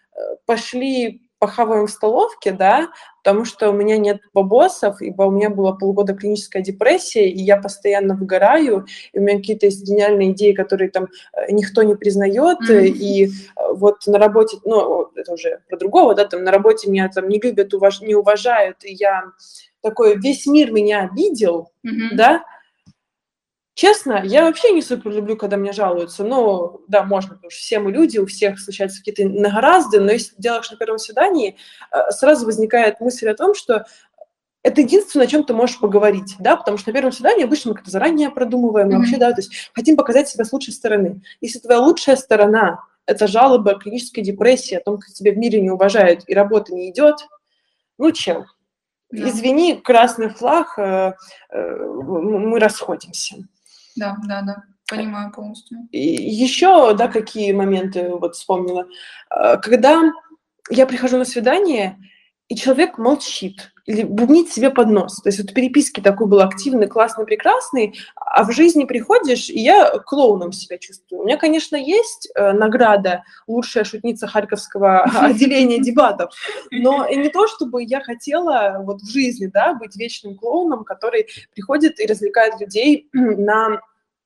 пошли похаваем в столовке, да, потому что у меня нет бабосов, ибо у меня была полгода клиническая депрессия, и я постоянно выгораю, и у меня какие-то есть гениальные идеи, которые там никто не признает, mm-hmm. и вот на работе, ну, это уже про другого, да, там на работе меня там не любят, уваж... не уважают, и я такой, весь мир меня обидел, mm-hmm. да. Честно, я вообще не супер люблю, когда меня жалуются. Ну, да, можно, потому что все мы люди, у всех случаются какие-то нагоразды, но если делаешь на первом свидании, сразу возникает мысль о том, что это единственное, о чем ты можешь поговорить, да, потому что на первом свидании обычно мы как-то заранее продумываем, mm-hmm. вообще, да, то есть хотим показать себя с лучшей стороны. Если твоя лучшая сторона – это жалоба, клиническая депрессия, о том, как тебя в мире не уважают и работа не идет, ну, чел, yeah. извини, красный флаг, э, э, мы расходимся. Да, да, да, понимаю полностью. И еще, да, какие моменты вот вспомнила. Когда я прихожу на свидание, и человек молчит или бубнит себе под нос. То есть вот в переписке такой был активный, классный, прекрасный, а в жизни приходишь, и я клоуном себя чувствую. У меня, конечно, есть э, награда «Лучшая шутница Харьковского отделения дебатов», но и не то, чтобы я хотела вот в жизни, да, быть вечным клоуном, который приходит и развлекает людей на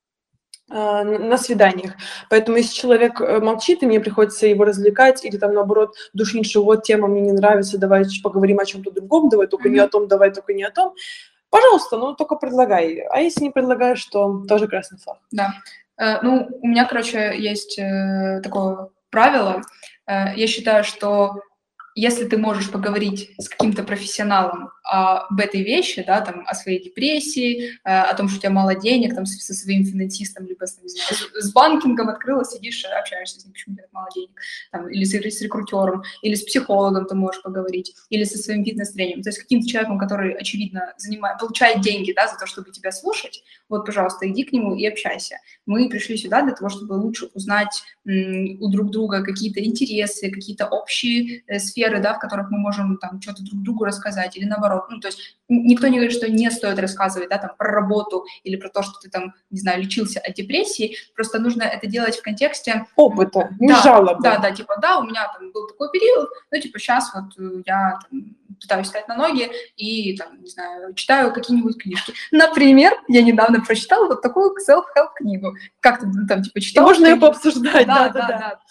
на свиданиях. Поэтому если человек молчит, и мне приходится его развлекать, или там, наоборот, душнить, что вот тема мне не нравится, давай поговорим о чем-то другом, давай только mm-hmm. не о том, давай только не о том, пожалуйста, ну, только предлагай. А если не предлагаешь, то тоже красный флаг. Да. Э, ну, у меня, короче, есть э, такое правило. Э, я считаю, что если ты можешь поговорить с каким-то профессионалом об этой вещи, да, там, о своей депрессии, о том, что у тебя мало денег, там, со своим финансистом, либо с, не знаю, с банкингом открыла, сидишь, общаешься с ним, почему у тебя так мало денег, там, или с, с рекрутером, или с психологом ты можешь поговорить, или со своим фитнес-тренером, то есть каким-то человеком, который, очевидно, занимает, получает деньги, да, за то, чтобы тебя слушать, вот, пожалуйста, иди к нему и общайся. Мы пришли сюда для того, чтобы лучше узнать м, у друг друга какие-то интересы, какие-то общие э, сферы, сферы, да, в которых мы можем там что-то друг другу рассказать, или наоборот, ну, то есть никто не говорит, что не стоит рассказывать, да, там, про работу или про то, что ты там, не знаю, лечился от депрессии, просто нужно это делать в контексте... Опыта, не да, жалобы. Да, да, типа, да, у меня там был такой период, ну, типа, сейчас вот я там, пытаюсь встать на ноги и, там, не знаю, читаю какие-нибудь книжки. Например, я недавно прочитала вот такую self-help книгу. Как ты там, типа, читала? И можно ее пообсуждать, да, да, да. да.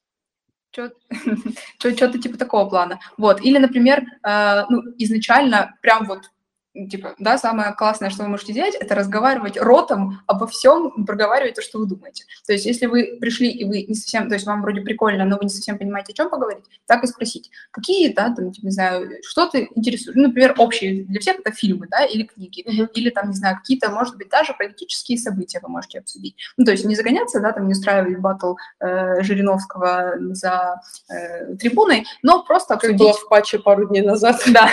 Что-то типа такого плана. Вот. Или, например, э, ну, изначально прям вот, типа, да, самое классное, что вы можете делать, это разговаривать ротом обо всем, проговаривать то, что вы думаете. То есть если вы пришли, и вы не совсем, то есть вам вроде прикольно, но вы не совсем понимаете, о чем поговорить, так и спросить. Какие, да, там, типа, не знаю, что ты интересуешь? Ну, например, общие для всех это фильмы, да, или книги, uh-huh. или, там, не знаю, какие-то, может быть, даже политические события вы можете обсудить. Ну, то есть не загоняться, да, там, не устраивать батл э, Жириновского за э, трибуной, но просто обсудить... Как было в патче пару дней назад. Да.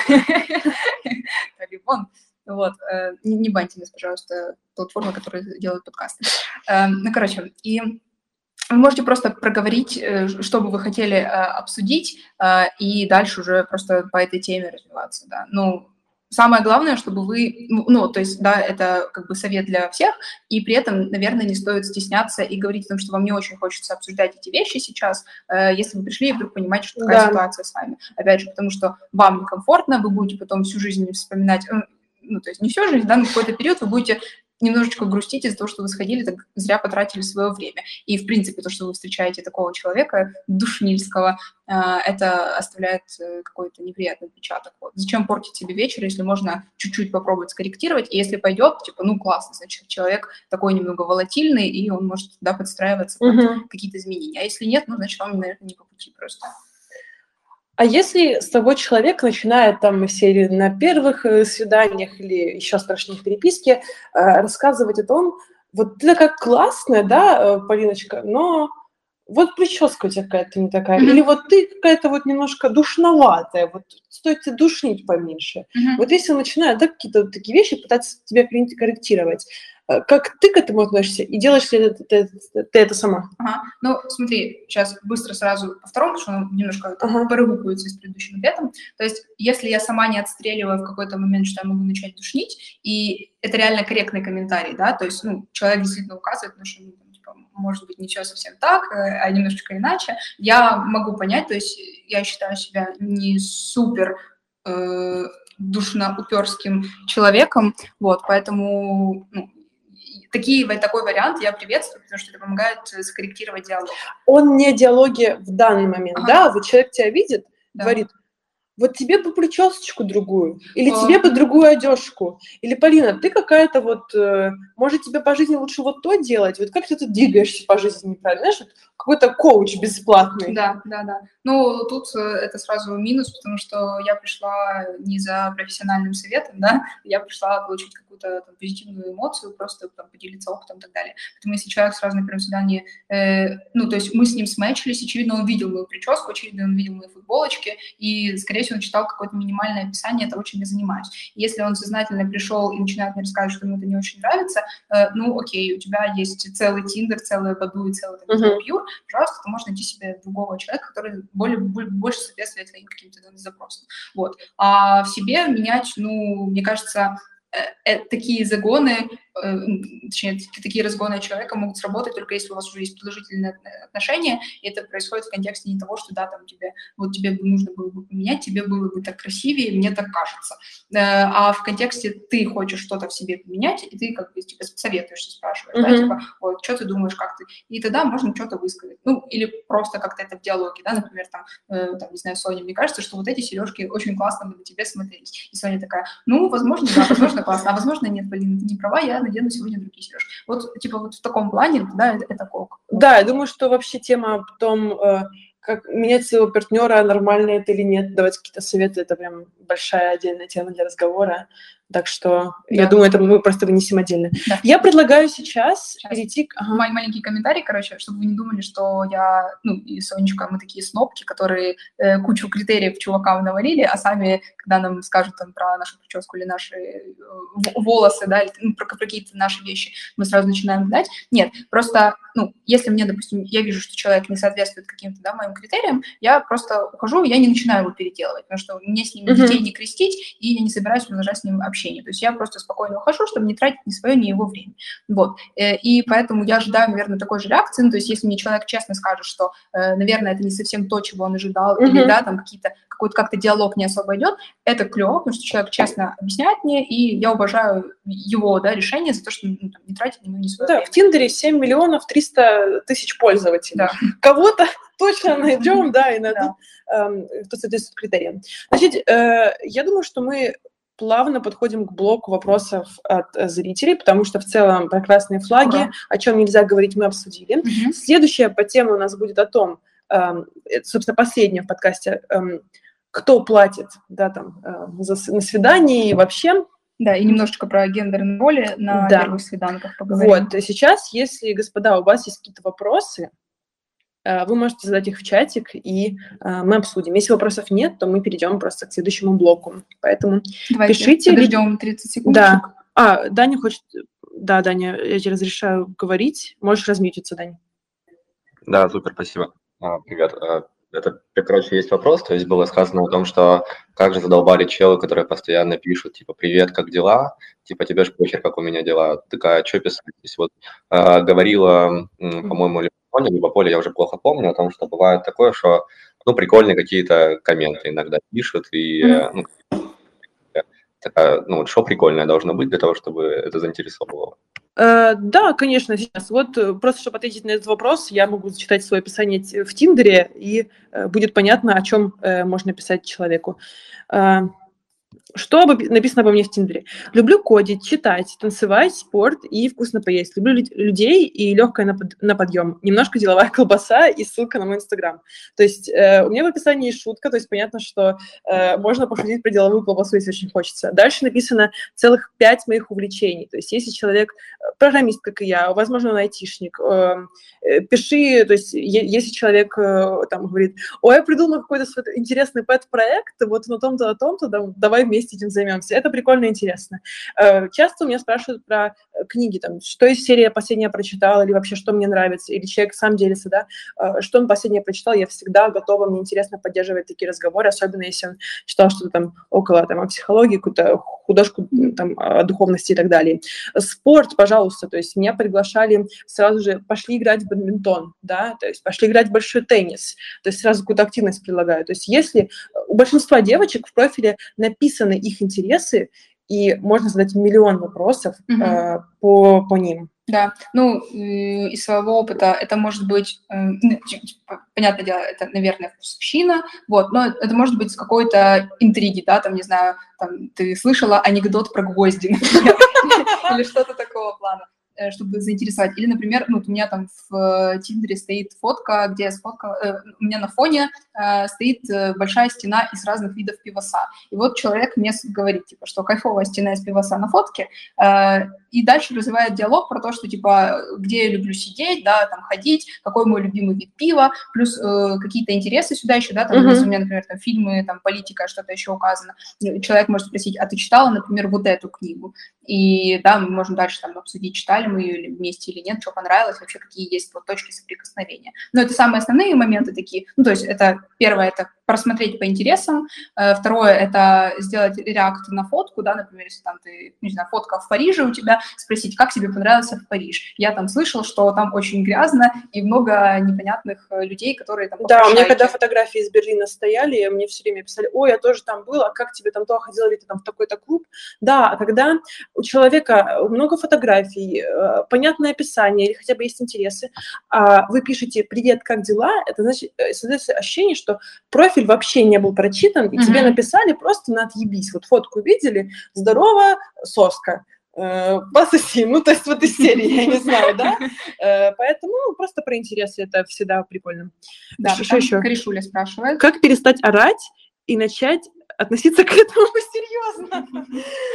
Талибан. Вот. Не, не баньте нас, пожалуйста, платформа, которая делает подкасты. Ну, короче, и вы можете просто проговорить, что бы вы хотели обсудить, и дальше уже просто по этой теме развиваться, да. Ну, самое главное, чтобы вы, ну, то есть, да, это как бы совет для всех, и при этом, наверное, не стоит стесняться и говорить о том, что вам не очень хочется обсуждать эти вещи сейчас, если вы пришли и вдруг понимаете, что такая да. ситуация с вами. Опять же, потому что вам некомфортно, вы будете потом всю жизнь вспоминать, ну, то есть не всю жизнь, да, но какой-то период вы будете немножечко грустить из-за того, что вы сходили, так зря потратили свое время. И, в принципе, то, что вы встречаете такого человека, душнильского, это оставляет какой-то неприятный отпечаток. Вот. Зачем портить себе вечер, если можно чуть-чуть попробовать скорректировать, и если пойдет, типа, ну, классно, значит, человек такой немного волатильный, и он может, да, подстраиваться под uh-huh. какие-то изменения. А если нет, ну, значит, он, наверное, не по пути просто. А если с тобой человек начинает там из серии на первых свиданиях или еще страшнее переписке рассказывать о том, вот ты такая классная, да, Полиночка, но вот прическа у тебя какая-то не такая, mm-hmm. или вот ты какая-то вот немножко душноватая, вот стоит тебе душнить поменьше. Mm-hmm. Вот если он начинает, да, какие-то вот такие вещи пытаться тебя корректировать, как ты к этому относишься? И делаешь ли ты, ты, ты, ты это сама? Ага. Ну, смотри, сейчас быстро сразу по второму, потому что он немножко ага. порывыкивается с предыдущим ответом. То есть, если я сама не отстреливаю в какой-то момент, что я могу начать душнить, и это реально корректный комментарий, да, то есть, ну, человек действительно указывает, ну, что, ну, типа, может быть, не все совсем так, а немножечко иначе, я могу понять, то есть, я считаю себя не супер... Э- душно-уперским человеком, вот, поэтому, ну, Такие, такой вариант я приветствую, потому что это помогает скорректировать диалог. Он не диалоги в данный момент, ага. да? Вот человек тебя видит, да. говорит, вот тебе бы причесочку другую, или О. тебе бы другую одежку, или, Полина, ты какая-то вот, э, может, тебе по жизни лучше вот то делать, вот как ты тут двигаешься по жизни неправильно, знаешь, вот какой-то коуч бесплатный. Да, да, да. Ну, тут это сразу минус, потому что я пришла не за профессиональным советом, да, я пришла получить какую-то там, позитивную эмоцию, просто там, поделиться опытом и так далее. Поэтому если человек сразу на первом свидании, э, ну, то есть мы с ним смэчились, очевидно, он видел мою прическу, очевидно, он видел мои футболочки, и, скорее всего, он читал какое-то минимальное описание того, чем я занимаюсь. Если он сознательно пришел и начинает мне рассказывать, что ему это не очень нравится, э, ну, окей, у тебя есть целый Тиндер, целый Баду и целый там, uh-huh. Пьюр, пожалуйста, ты можешь найти себе другого человека, который более, больше соответствует твоим каким-то запросам. Вот. А в себе менять, ну, мне кажется, э, э, такие загоны, э, точнее, такие разгоны человека могут сработать только если у вас уже есть продолжительные отношения, и это происходит в контексте не того, что, да, там тебе, вот тебе бы нужно было бы поменять, тебе было бы так красивее, мне так кажется. Э, а в контексте ты хочешь что-то в себе поменять, и ты как бы, типа, советуешься, спрашиваешь, mm-hmm. да, типа, вот, что ты думаешь, как ты, и тогда можно что-то высказать. Ну, или просто как-то это в диалоге, да, например, там, э, там, не знаю, Соня, мне кажется, что вот эти сережки очень классно бы на тебе смотрелись. И Соня такая, ну, возможно, да, возможно, классно, а возможно, нет, Полина, ты не права, я надену сегодня другие сережки. Вот, типа, вот в таком плане, да, это, это ок. Да, я думаю, что вообще тема потом, э, как менять своего партнера, нормально это или нет, давать какие-то советы, это прям большая отдельная тема для разговора. Так что, Да. я думаю, это мы просто вынесем отдельно. Да. Я предлагаю сейчас, Сейчас. перейти к... Ага. Мой маленький комментарий, короче, чтобы вы не думали, что я, ну, и Сонечка, мы такие снобки, которые э, кучу критериев чувакам навалили, а сами, когда нам скажут там про нашу прическу или наши э, волосы, да, или ну, про, про какие-то наши вещи, мы сразу начинаем гнать. Нет, просто, ну, если мне, допустим, я вижу, что человек не соответствует каким-то, да, моим критериям, я просто ухожу, я не начинаю его переделывать, потому что мне с ним Мгм. детей не крестить, и я не собираюсь продолжать с ним общение. То есть я просто спокойно ухожу, чтобы не тратить ни свое, ни его время. Вот. Э, И поэтому я ожидаю, наверное, такой же реакции. Ну, то есть если мне человек честно скажет, что, э, наверное, это не совсем то, чего он ожидал, или, Мгм. да, там какие-то, какой-то как-то диалог не особо идет, это клево, потому что человек честно объясняет мне, и я уважаю его, да, решение за то, что ну, там, не тратить ни, ни свое Да, время. в Тиндере семь миллионов триста тысяч пользователей. Да. Кого-то точно найдем, да, и найдут, Да. эм, кто соответствует критериям. Значит, э, я думаю, что мы плавно подходим к блоку вопросов от э, зрителей, потому что в целом прекрасные флаги, Ура. о чем нельзя говорить, мы обсудили. Мгм. Следующая по теме у нас будет о том, эм, это, собственно, последняя в подкасте, эм, кто платит, да, там, э, за, с- на свидании и вообще. Да, и немножечко про гендерные роли на Да. первых свиданках поговорим. Вот, сейчас, если, господа, у вас есть какие-то вопросы, э, вы можете задать их в чатик, и э, мы обсудим. Если вопросов нет, то мы перейдем просто к следующему блоку. Поэтому Давайте пишите. подождем тридцать секунд. Да. А, Даня хочет... Да, Даня, я тебе разрешаю говорить. Можешь размьютиться, Даня. Да, супер, спасибо. А, привет. А, Это, короче, есть вопрос, то есть было сказано о том, что как же задолбали челы, которые постоянно пишут, типа, привет, как дела? Типа, тебе ж похер, как у меня дела. Ты такая, что писать? То есть вот а, говорила, м, по-моему, либо Соня, либо Поля, я уже плохо помню, о том, что бывает такое, что, ну, прикольные какие-то комменты иногда пишут, и, Мгм. ну, такая, ну, вот что прикольное должно быть для того, чтобы это заинтересовывало? Э, да, конечно, сейчас. Вот э, просто, чтобы ответить на этот вопрос, я могу зачитать свое описание т- в Тиндере, и э, будет понятно, о чем э, можно писать человеку. Э, Что обо- написано обо мне в Тиндере? Люблю кодить, читать, танцевать, спорт и вкусно поесть. Люблю лю- людей и легкое на, под- на подъем. Немножко деловая колбаса и ссылка на мой инстаграм. То есть э, у меня в описании есть шутка, то есть понятно, что э, можно пошутить про деловую колбасу, если очень хочется. Дальше написано целых пять моих увлечений. То есть если человек э, программист, как и я, возможно, он айтишник, э, э, пиши, то есть е- если человек э, там говорит, ой, я придумал какой-то свой интересный пэт-проект, вот на том-то, на том-то, да, давай вместе этим займемся. Это прикольно и интересно. Э, Часто у меня спрашивают про э, книги, там, что из серии я последняя прочитала, или вообще, что мне нравится, или человек сам делится, да, э, что он последнее прочитал, я всегда готова, мне интересно поддерживать такие разговоры, особенно если он читал что-то там около там, о психологии, какую-то художку там, о духовности и так далее. Спорт, пожалуйста, то есть меня приглашали сразу же, пошли играть в бадминтон, да, то есть пошли играть в большой теннис, то есть сразу какую-то активность предлагаю. То есть если у большинства девочек в профиле написаны их интересы, и можно задать миллион вопросов Мгм. э, по, по ним. Да, ну, э, из своего опыта это может быть, э, ну, ч- ч- п- понятное дело, это, наверное, вкусовщина, вот, но это может быть с какой-то интриги, да, там, не знаю, там, ты слышала анекдот про гвозди, например, или что-то такого плана, э, чтобы заинтересовать. Или, например, ну, вот у меня там в э, Тиндере стоит фотка, где я сфоткала, э, у меня на фоне э, стоит э, большая стена из разных видов пивоса. И вот человек мне с- говорит, типа, что кайфовая стена из пивоса на фотке, э, и дальше развивает диалог про то, что, типа, где я люблю сидеть, да, там, ходить, какой мой любимый вид пива, плюс э, какие-то интересы сюда еще, да, там, Мгм. если у меня, например, там, фильмы, там, политика, что-то еще указано. Человек может спросить, а ты читала, например, вот эту книгу? И, да, мы можем дальше там обсудить, читали мы ее или вместе или нет, что понравилось, вообще какие есть вот точки соприкосновения. Но это самые основные моменты такие. Ну, то есть это первое, это просмотреть по интересам. Э, Второе, это сделать реакт на фотку, да, например, если там ты, не знаю, фотка в Париже у тебя, спросить, как тебе понравился в Париж. Я там слышал, что там очень грязно и много непонятных э, людей, которые там Да, у меня попрошайки. когда фотографии из Берлина стояли, мне все время писали, ой, я тоже там был, а как тебе там то, ходила ли ты там в такой-то клуб? Да, а когда у человека много фотографий, э, понятное описание или хотя бы есть интересы, а вы пишете «Привет, как дела?», это значит, э, создается ощущение, что профиль вообще не был прочитан, и тебе Мгм. написали просто на отъебись. Вот фотку видели, здорово, соска. э, Пососи, ну, то есть вот из серии, я не знаю, да? Э, Поэтому ну, просто про интересы это всегда прикольно. Да, Что, что там еще? Каришуля спрашивает. Как перестать орать и начать относиться к этому серьезно?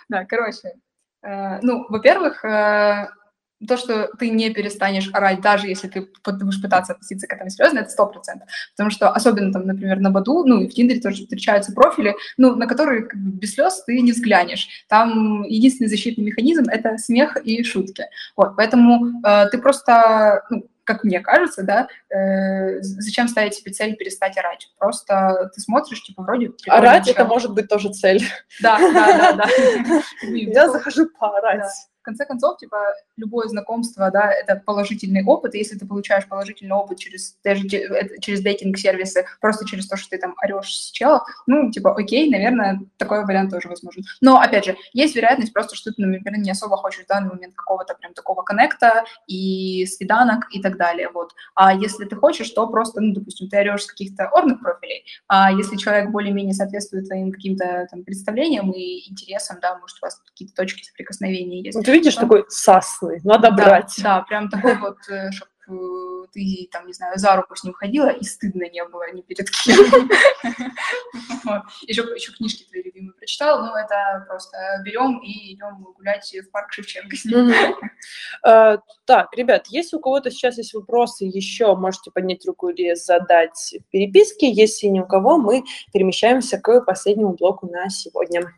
Да, короче, э, ну, во-первых, э, то, что ты не перестанешь орать, даже если ты будешь пытаться относиться к этому серьезно, это сто процентов. Потому что, особенно там, например, на Баду, ну, и в Тиндере тоже встречаются профили, ну, на которые как бы, без слез ты не взглянешь. Там единственный защитный механизм — это смех и шутки. Вот, поэтому э, ты просто, ну, как мне кажется, да, э, зачем ставить себе цель перестать орать? Просто ты смотришь, типа, вроде... Орать — это может быть тоже цель. Да, да, да, да. Я захожу поорать. В конце концов, типа, любое знакомство, да, это положительный опыт, и если ты получаешь положительный опыт через, даже через дейтинг-сервисы, просто через то, что ты там орешь с челов, ну, типа, окей, наверное, такой вариант тоже возможен. Но, опять же, есть вероятность просто, что ты, например, не особо хочешь в данный момент какого-то прям такого коннекта и свиданок и так далее, вот. А если ты хочешь, то просто, ну, допустим, ты орешь с каких-то орных профилей, а если человек более-менее соответствует твоим каким-то там представлениям и интересам, да, может, у вас какие-то точки соприкосновения есть. Ты видишь, такой сасный, надо да, брать. Да, прям такой вот, чтобы ты, там, не знаю, за руку с ним ходила, и стыдно не было ни перед кем. Еще, еще книжки твои любимые прочитала, но это просто берем и идем гулять в парк Шевченко с ним. Так, ребят, если у кого-то сейчас есть вопросы еще, можете поднять руку или задать в переписке. Если ни у кого, мы перемещаемся к последнему блоку на сегодня.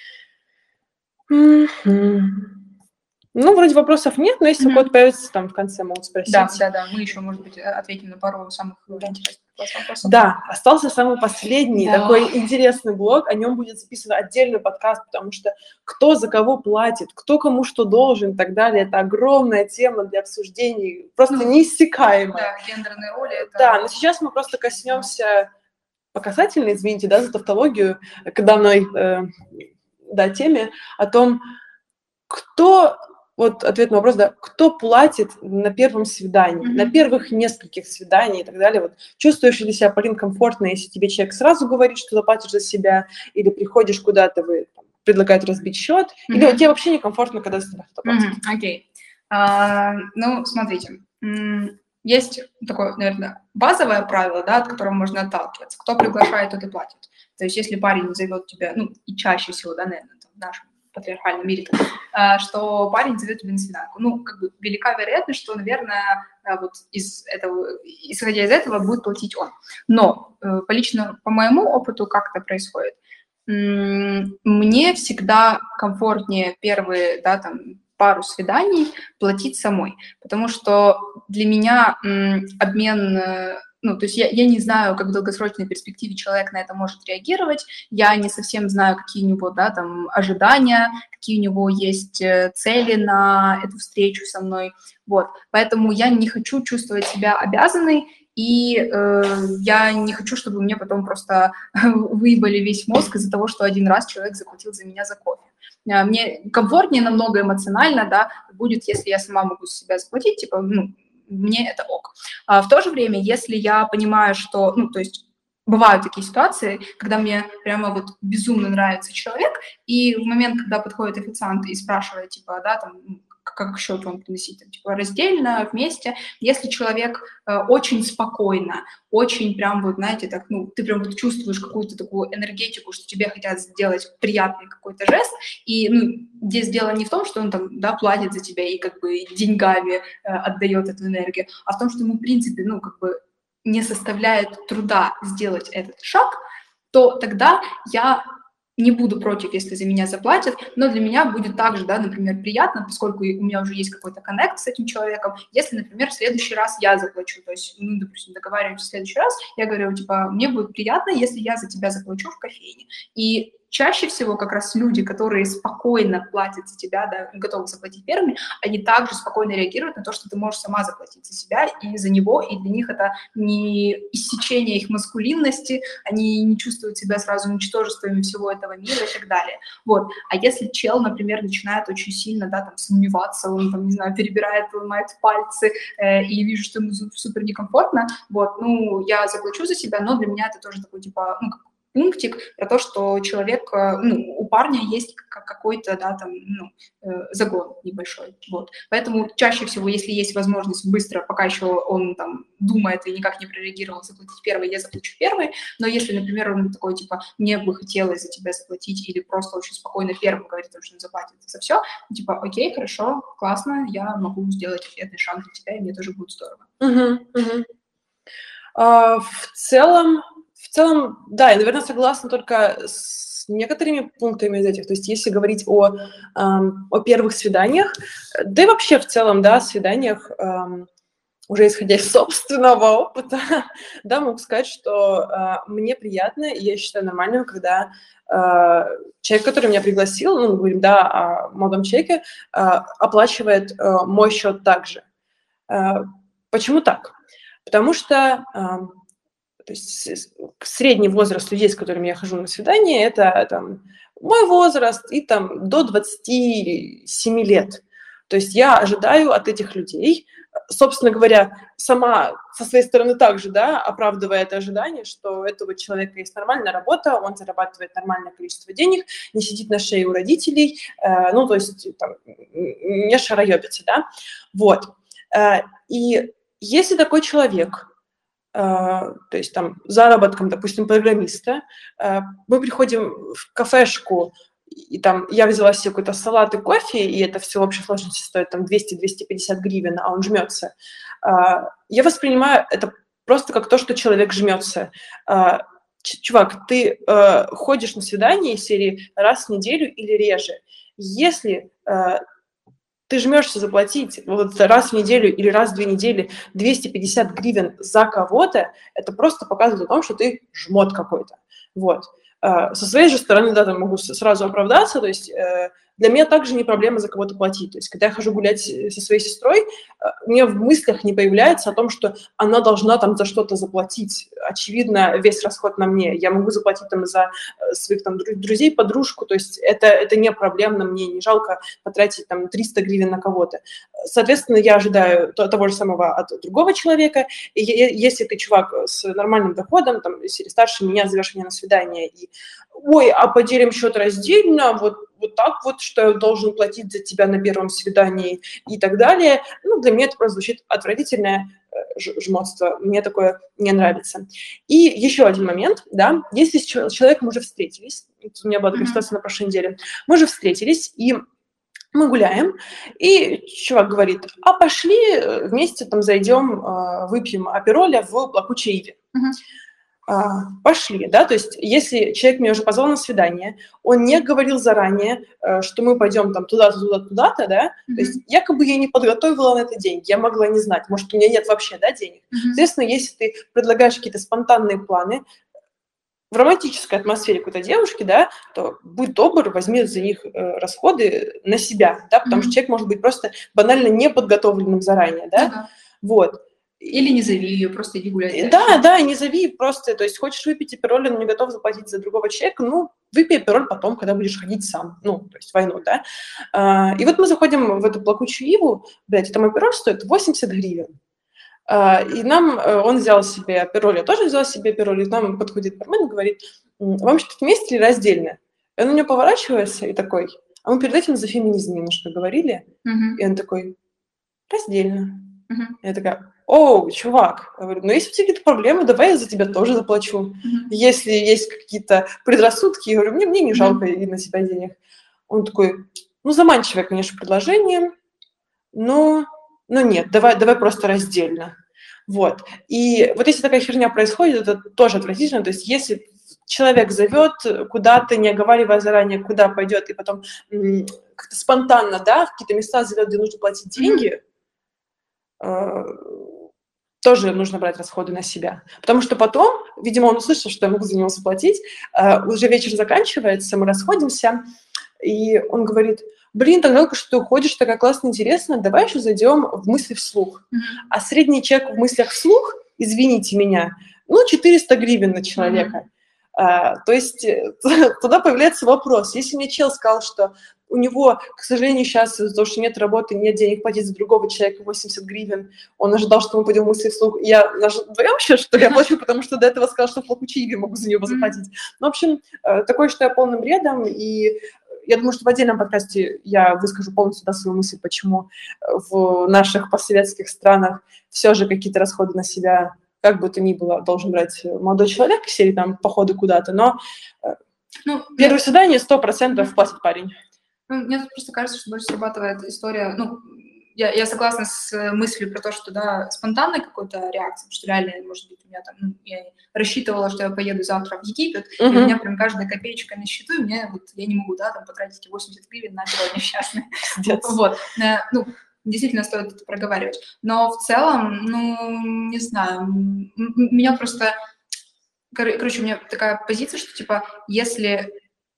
Ну, вроде вопросов нет, но если mm-hmm. код появится, там в конце могут спросить. Да, да, да, мы еще, может быть, ответим на пару самых интересных вопросов. Да, остался самый последний, да. Такой интересный блог, о нем будет записан отдельный подкаст, потому что кто за кого платит, кто кому что должен и так далее, это огромная тема для обсуждений, просто ну, неиссякаемая. Да, гендерные роли. Это... Да, но сейчас мы просто коснемся по касательной, извините, да, за тавтологию, к данной э, да, теме, о том, кто... Вот ответ на вопрос, да, кто платит на первом свидании, mm-hmm. на первых нескольких свиданиях и так далее. Вот чувствуешь ли себя, Полин, комфортно, если тебе человек сразу говорит, что заплатишь за себя, или приходишь куда-то, вы там, предлагают разбить счет, mm-hmm. или вот тебе вообще некомфортно, когда за тебя кто-то платит? Окей. Mm-hmm. Okay. Uh, ну, смотрите, есть такое, наверное, базовое правило, да, от которого можно отталкиваться. Кто приглашает, тот и платит. То есть если парень зовет тебя, ну, и чаще всего, да, наверное, там, в нашем патриархальном мире, что парень зовет тебя на свиданку. Ну, как бы велика вероятность, что, наверное, вот из этого, исходя из этого, будет платить он. Но по лично, по моему опыту, как это происходит? Мне всегда комфортнее первые, да, там, пару свиданий платить самой, потому что для меня обмен... Ну, то есть я, я не знаю, как в долгосрочной перспективе человек на это может реагировать, я не совсем знаю, какие у него, да, там, ожидания, какие у него есть цели на эту встречу со мной, вот. Поэтому я не хочу чувствовать себя обязанной, и э, я не хочу, чтобы мне потом просто выебали весь мозг из-за того, что один раз человек заплатил за меня за кофе. Мне комфортнее намного эмоционально, да, будет, если я сама могу за себя заплатить, типа, ну, мне это ок. А в то же время, если я понимаю, что, ну, то есть бывают такие ситуации, когда мне прямо вот безумно нравится человек, и в момент, когда подходит официант и спрашивает, типа, да, там, как к счету он приносить, там, типа, раздельно, вместе, если человек э, очень спокойно, очень прям вот, знаете, так, ну, ты прям вот чувствуешь какую-то такую энергетику, что тебе хотят сделать приятный какой-то жест, и, ну, здесь дело не в том, что он там, да, платит за тебя и как бы деньгами э, отдает эту энергию, а в том, что ему, в принципе, ну, как бы не составляет труда сделать этот шаг, то тогда я не буду против, если за меня заплатят, но для меня будет также, да, например, приятно, поскольку у меня уже есть какой-то коннект с этим человеком, если, например, в следующий раз я заплачу, то есть, ну, допустим, договариваемся в следующий раз, я говорю, типа, мне будет приятно, если я за тебя заплачу в кофейне. И чаще всего как раз люди, которые спокойно платят за тебя, да, готовы заплатить первыми, они также спокойно реагируют на то, что ты можешь сама заплатить за себя и за него, и для них это не иссечение их маскулинности, они не чувствуют себя сразу ничтожествами всего этого мира и так далее. Вот. А если чел, например, начинает очень сильно, да, там, сомневаться, он, там, не знаю, перебирает, ломает пальцы, э, и вижу, что ему супер некомфортно, вот, ну, я заплачу за себя, но для меня это тоже такой, типа, ну, пунктик про то, что человек, ну, у парня есть какой-то, да, там, ну, загон небольшой, вот. Поэтому чаще всего, если есть возможность быстро, пока еще он там думает и никак не прореагировал, заплатить первый, я заплачу первый, но если, например, он такой, типа, мне бы хотелось за тебя заплатить, или просто очень спокойно первым говорит, что он заплатит за все, типа, окей, хорошо, классно, я могу сделать ответный шаг для тебя, и мне тоже будет здорово. Uh-huh, uh-huh. Uh, в целом, в целом, да, я, наверное, согласна только с некоторыми пунктами из этих. То есть если говорить о, um, о первых свиданиях, да и вообще в целом, да, свиданиях, um, уже исходя из собственного опыта, да, могу сказать, что uh, мне приятно, и я считаю нормальным, когда uh, человек, который меня пригласил, ну, мы говорим, да, о молодом человеке, uh, оплачивает uh, мой счет также. Uh, почему так? Потому что uh, то есть, средний возраст людей, с которыми я хожу на свидание, это там, мой возраст и там, до двадцати семи лет. То есть я ожидаю от этих людей, собственно говоря, сама со своей стороны также, да, оправдывая это ожидание, что у этого человека есть нормальная работа, он зарабатывает нормальное количество денег, не сидит на шее у родителей, э, ну, то есть там, не шароебится, да, вот. Э, и если такой человек, э, то есть там заработком, допустим, программиста, э, мы приходим в кафешку, и там я взяла себе какой-то салат и кофе, и это все в общей сложности стоит там двести-двести пятьдесят гривен, а он жмется. Я воспринимаю это просто как то, что человек жмется. Чувак, ты ходишь на свидание из серии раз в неделю или реже. Если ты жмешься заплатить вот раз в неделю или раз в две недели двести пятьдесят гривен за кого-то, это просто показывает о том, что ты жмот какой-то. Вот. Со своей же стороны, да, там могу сразу оправдаться, то есть э, для меня также не проблема за кого-то платить. То есть когда я хожу гулять со своей сестрой, э, у меня в мыслях не появляется о том, что она должна там за что-то заплатить. Очевидно, весь расход на мне. Я могу заплатить там за своих там друзей, подружку, то есть это, это не проблемно, мне не жалко потратить там триста гривен на кого-то. Соответственно, я ожидаю того же самого от другого человека, и если ты чувак с нормальным доходом, там, если старше меня, зовешь меня на свидание, и ой, а поделим счет раздельно, вот, вот так вот, что я должен платить за тебя на первом свидании и так далее. Ну, для меня это просто звучит отвратительное жмотство. Мне такое не нравится. И еще один момент, да, если с человеком уже встретились, у меня была такая ситуация на прошлой неделе, мы уже встретились, и мы гуляем, и чувак говорит, а пошли вместе там зайдем, выпьем апероля в плакучей иве. Uh-huh. Пошли, да, то есть если человек меня уже позвал на свидание, он не говорил заранее, что мы пойдем там туда-то, туда-то, туда-то, да, mm-hmm. то есть якобы я не подготовила на это деньги, я могла не знать, может, у меня нет вообще, да, денег. Mm-hmm. Соответственно, если ты предлагаешь какие-то спонтанные планы в романтической атмосфере какой-то девушки, да, то будь добр, возьми за них э, расходы на себя, да, потому mm-hmm. что человек может быть просто банально неподготовленным заранее, да, mm-hmm. вот. Или не зови ее, просто иди гулять. Да, дальше. Да, не зови, просто, то есть хочешь выпить апероль, но не готов заплатить за другого человека, ну, выпей апероль потом, когда будешь ходить сам, ну, то есть войну, да. А, и вот мы заходим в эту плакучую иву, блядь, там апероль стоит восемьдесят гривен. А, и нам, он взял себе апероль, я тоже взяла себе апероль, и нам подходит бармен и говорит, вам что-то вместе или раздельно? И он на нее поворачивается и такой, а мы перед этим за феминизм немножко говорили, mm-hmm. и он такой, раздельно. Mm-hmm. Я такая, оу, чувак, я говорю, ну если у тебя какие-то проблемы, давай я за тебя тоже заплачу. Mm-hmm. Если есть какие-то предрассудки, я говорю, мне, мне не жалко mm-hmm. и на себя денег. Он такой, ну заманчивое, конечно, предложение, но, но нет, давай, давай просто раздельно. Вот. И вот если такая херня происходит, это тоже отвратительно. То есть если человек зовет куда-то, не оговаривая заранее, куда пойдет, и потом м- как-то спонтанно, да, в какие-то места зовет, где нужно платить деньги, mm-hmm. тоже нужно брать расходы на себя. Потому что потом, видимо, он услышал, что я могу за него заплатить, уже вечер заканчивается, мы расходимся, и он говорит, блин, так жалко, что ты уходишь, такая классно, интересно, давай еще зайдем в мысли вслух. Mm-hmm. А средний чек в мыслях вслух, извините меня, ну, четыреста гривен на человека. А, то есть туда появляется вопрос. Если мне чел сказал, что у него, к сожалению, сейчас из-за того, что нет работы, нет денег платить за другого человека восемьдесят гривен, он ожидал, что мы пойдем мысли вслух. Я вдвоем сейчас, что ли, я плачу, потому что до этого сказал, что в Плакучиеве могу за него заплатить. Ну, в общем, такое, что я полным бредом, и я думаю, что в отдельном подкасте я выскажу полностью да, свою мысль, почему в наших постсоветских странах все же какие-то расходы на себя, как бы то ни было, должен брать молодой человек в серии там походы куда-то, но ну, первое я... свидание сто процентов платит парень. Ну, мне тут просто кажется, что больше срабатывает история, ну, я, я согласна с мыслью про то, что, да, спонтанной какой-то реакции, что реально, может быть, у меня там, ну, я рассчитывала, что я поеду завтра в Египет, uh-huh. и у меня прям каждая копеечка на счету, и мне вот, я не могу, да, там, потратить эти восемьдесят гривен на сегодня счастный. Вот, ну, действительно стоит это проговаривать. Но в целом, ну, не знаю, меня просто, короче, у меня такая позиция, что, типа, если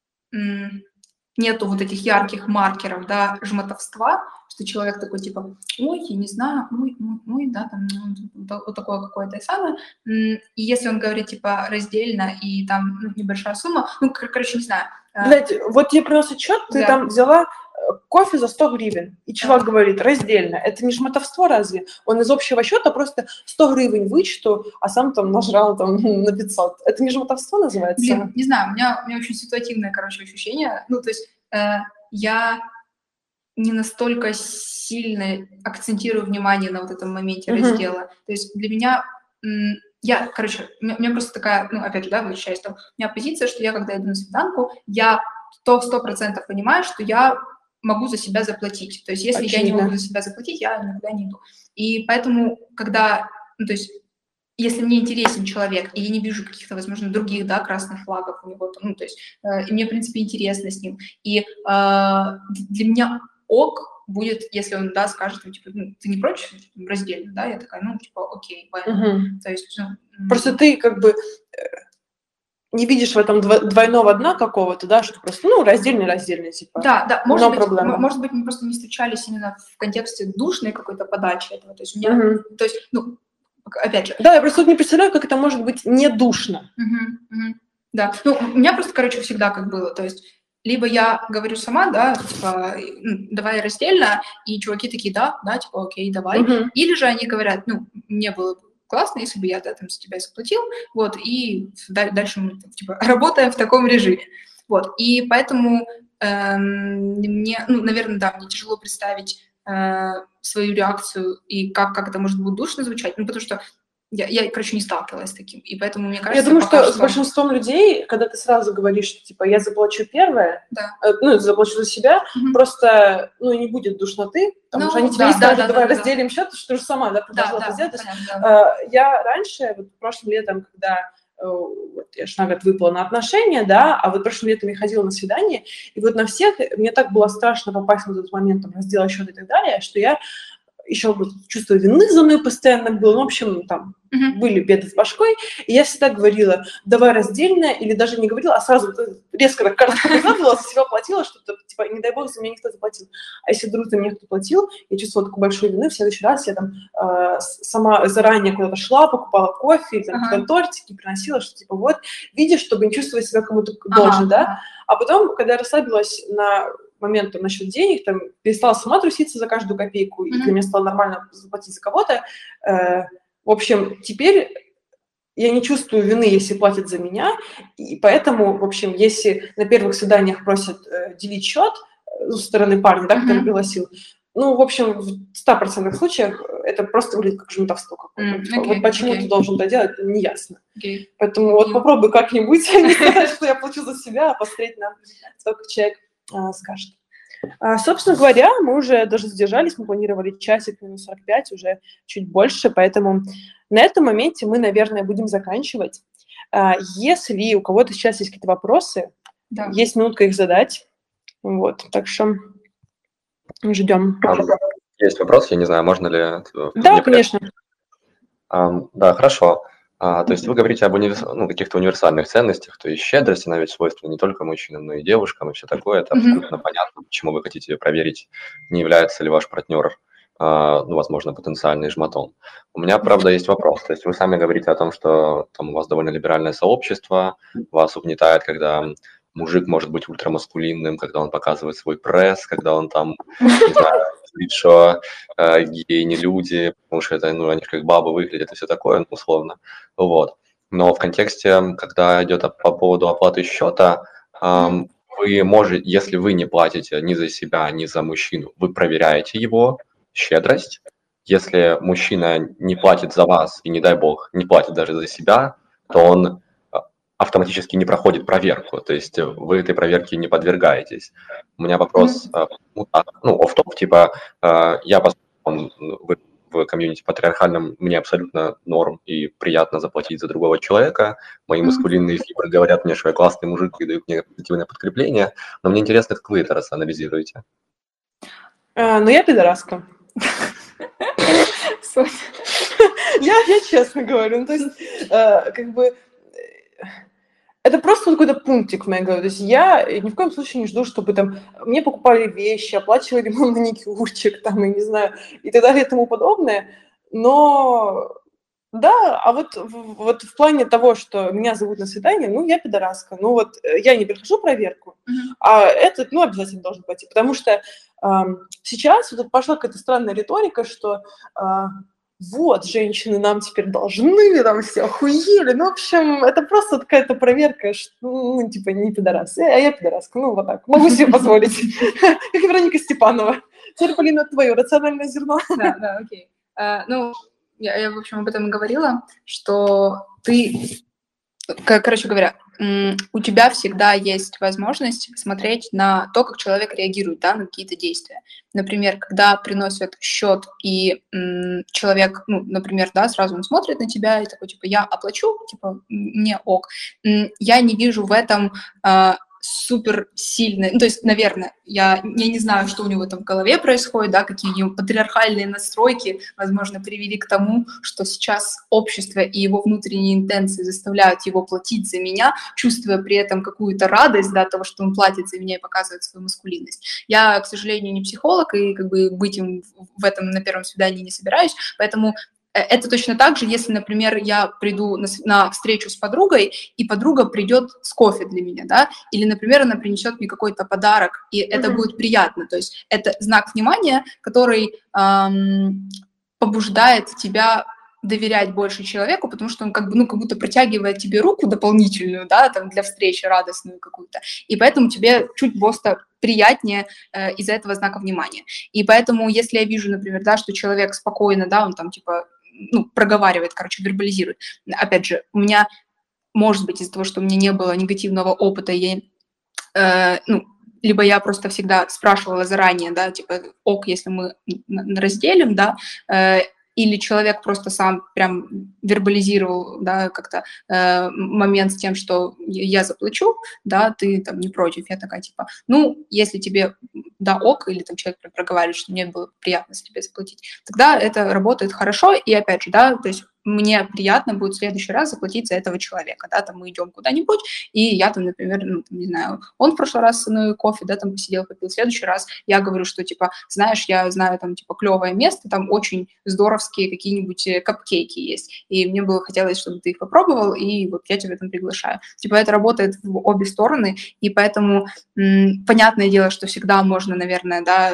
нету вот этих ярких маркеров, да, жмотовства, что человек такой, типа, ой, я не знаю, ой, ой, ой да, там, ну, вот такое какое-то и самое. И если он говорит, типа, раздельно, и там ну, небольшая сумма, ну, кор- короче, не знаю. Блядь, вот тебе приносит счет, ты да. там взяла кофе за сто гривен, и чувак да. говорит, раздельно. Это не жмотовство разве? Он из общего счета просто сто гривен вычту, а сам там нажрал там на пятьсот. Это не жмотовство называется? Блин, не знаю, у меня, у меня очень ситуативное, короче, ощущение. Ну, то есть э, я не настолько сильно акцентирую внимание на вот этом моменте uh-huh. раздела. То есть для меня... М- я, короче, у меня, у меня просто такая, ну, опять же, да, возвращаясь, у меня позиция, что я, когда иду на свиданку, я сто процентов понимаю, что я могу за себя заплатить. То есть если Очевидно. я не могу за себя заплатить, я никуда не иду. И поэтому, когда, ну, то есть если мне интересен человек, и я не вижу каких-то, возможно, других, да, красных флагов у него, ну, то есть э, и мне, в принципе, интересно с ним. И э, для меня ок будет, если он, да, скажет, ну, типа, ну, ты не против раздельно, да? Я такая, ну, типа, окей, угу. То есть, ну, просто ты, как бы, не видишь в этом двойного дна какого-то, да, что просто, ну, раздельный-раздельный, типа. Да, да, может быть, м- может быть, мы просто не встречались именно в контексте душной какой-то подачи этого, то есть у меня, угу. то есть, ну, опять же. Да, я просто не представляю, как это может быть не душно. Угу, угу. Да, ну, у меня просто, короче, всегда как было, то есть либо я говорю сама, да, типа, давай раздельно, и чуваки такие, да, да, типа, окей, давай, угу. Или же они говорят, ну, мне было бы классно, если бы я, да, там, за тебя заплатил, вот, и дальше мы, типа, работаем в таком режиме, вот, и поэтому эм, мне, ну, наверное, да, мне тяжело представить э, свою реакцию и как, как это может быть душно звучать, ну, потому что я, я, короче, не сталкивалась с таким, и поэтому, мне кажется... Я думаю, что, что с большинством людей, когда ты сразу говоришь, что, типа, я заплачу первое, да. э, ну, заплачу за себя, mm-hmm. просто, ну, не будет душноты, потому ну, что они тебе да, не скажут, да, давай да, разделим да. счет, что же сама, да, предложила да, это сделать. Да, да. Э, я раньше, вот прошлым летом, когда э, вот, я ж на год выпала на отношения, да, а вот прошлым летом я ходила на свидание, и вот на всех мне так было страшно попасть в этот момент, там, раздела счет и так далее, что я еще чувство вины за мной постоянно было. Ну, в общем, там uh-huh. были беды с башкой. И я всегда говорила, давай раздельно, или даже не говорила, а сразу резко так карточку прикладывала, за себя платила, что-то, типа, не дай бог, за меня никто заплатил. А если вдруг за меня кто платил, я чувствовала такую большую вину, в следующий раз я там э, сама заранее куда-то шла, покупала кофе, или там, uh-huh. тортики, приносила, что типа вот, видишь, чтобы не чувствовать себя кому-то должен, uh-huh. да. А потом, когда я расслабилась на момент там, насчет денег, там, перестала сама труситься за каждую копейку, mm-hmm. и для меня стало нормально заплатить за кого-то. Э, в общем, теперь я не чувствую вины, если платят за меня, и поэтому, в общем, если на первых свиданиях просят э, делить счет э, со стороны парня, да, который mm-hmm. пригласил, ну, в общем, в ста процентах случаях это просто выглядит как жмотовство какое-то. Mm, okay, вот почему okay. ты должен это делать, неясно. Okay. Поэтому вот yeah. попробуй как-нибудь не сказать, что я плачу за себя, а посмотреть на сколько человек а, скажет. А, собственно говоря, мы уже даже задержались, мы планировали часик, минус сорок пять, уже чуть больше, поэтому на этом моменте мы, наверное, будем заканчивать. А, если у кого-то сейчас есть какие-то вопросы, да. есть минутка их задать. Вот, так что ждем. Есть вопрос, я не знаю, можно ли... Да, конечно. А, да, хорошо. А, то есть вы говорите об универ... ну, каких-то универсальных ценностях, то есть щедрость, она ведь свойственна не только мужчинам, но и девушкам, и все такое. Это абсолютно mm-hmm. понятно, почему вы хотите проверить, не является ли ваш партнер ну, возможно, потенциальный жмотон. У меня, правда, есть вопрос. То есть вы сами говорите о том, что там у вас довольно либеральное сообщество, вас угнетает, когда мужик может быть ультрамаскулинным, когда он показывает свой пресс, когда он там, не знаю, говорит, что э, геи не люди, потому что это, ну, они как бабы выглядят и все такое, ну, условно. Вот. Но в контексте, когда идет по поводу оплаты счета, эм, вы можете, если вы не платите ни за себя, ни за мужчину, вы проверяете его щедрость. Если мужчина не платит за вас и, не дай бог, не платит даже за себя, то он автоматически не проходит проверку, то есть вы этой проверке не подвергаетесь. У меня вопрос, mm-hmm. ну, офф-топ, типа, я в, в комьюнити патриархальном, мне абсолютно норм и приятно заплатить за другого человека. Мои маскулинные фибры говорят мне, что я классный мужик и дают мне позитивное подкрепление, но мне интересно, как вы это рационализируете. А, ну, я пидораска. Я, я честно говорю, ну, то есть, э, как бы, это просто какой-то пунктик в моей голове. То есть я ни в коем случае не жду, чтобы там мне покупали вещи, оплачивали мой маникюрчик, там, я не знаю, и так далее и тому подобное. Но да, а вот, вот в плане того, что меня зовут на свидание, ну, я пидораска. Ну, вот я не прохожу проверку, mm-hmm. а этот, ну, обязательно должен пойти. Потому что э, сейчас вот пошла какая-то странная риторика, что э, вот, женщины нам теперь должны, там все охуели. Ну, в общем, это просто какая-то проверка, что, ну, типа, не пидорас, а я пидораска. Ну, вот так, могу себе позволить. Как Вероника Степанова. Теперь, Полина, твое рациональное зерно. Да, да, окей. Ну, я, я, в общем, об этом и говорила, что ты, короче говоря, у тебя всегда есть возможность смотреть на то, как человек реагирует, да, на какие-то действия. Например, когда приносят счет, и м, человек, ну, например, да, сразу он смотрит на тебя и такой, типа, я оплачу, типа, мне ок. Я не вижу в этом э, супер сильное, ну, то есть, наверное, я, я не знаю, что у него там в голове происходит, да, какие у него патриархальные настройки, возможно, привели к тому, что сейчас общество и его внутренние интенции заставляют его платить за меня, чувствуя при этом какую-то радость, да, того, что он платит за меня и показывает свою маскулинность. Я, к сожалению, не психолог, и как бы быть им в этом на первом свидании не собираюсь, поэтому это точно так же, если, например, я приду на, на встречу с подругой, и подруга придет с кофе для меня, да, или, например, она принесет мне какой-то подарок, и это mm-hmm. будет приятно, то есть это знак внимания, который эм, побуждает тебя доверять больше человеку, потому что он как бы, ну, как будто протягивает тебе руку дополнительную, да, там, для встречи радостную какую-то, и поэтому тебе чуть просто приятнее э, из-за этого знака внимания. И поэтому, если я вижу, например, да, что человек спокойно, да, он там, типа, ну, проговаривает, короче, вербализирует. Опять же, у меня, может быть, из-за того, что у меня не было негативного опыта, я, э, ну, либо я просто всегда спрашивала заранее, да, типа, ок, если мы разделим, да, э, или человек просто сам прям вербализировал, да, как-то э, момент с тем, что я заплачу, да, ты там не против, я такая, типа, ну, если тебе, да, ок, или там человек проговаривает, что мне было приятно за тебя заплатить, тогда это работает хорошо, и опять же, да, то есть мне приятно будет в следующий раз заплатить за этого человека, да, там мы идем куда-нибудь, и я там, например, ну, там, не знаю, он в прошлый раз со мной кофе, да, там посидел, попил, в следующий раз я говорю, что, типа, знаешь, я знаю там, типа, клевое место, там очень здоровские какие-нибудь капкейки есть, и мне было хотелось, чтобы ты их попробовал, и вот я тебя там приглашаю. Типа, это работает в обе стороны, и поэтому м- понятное дело, что всегда можно, наверное, да,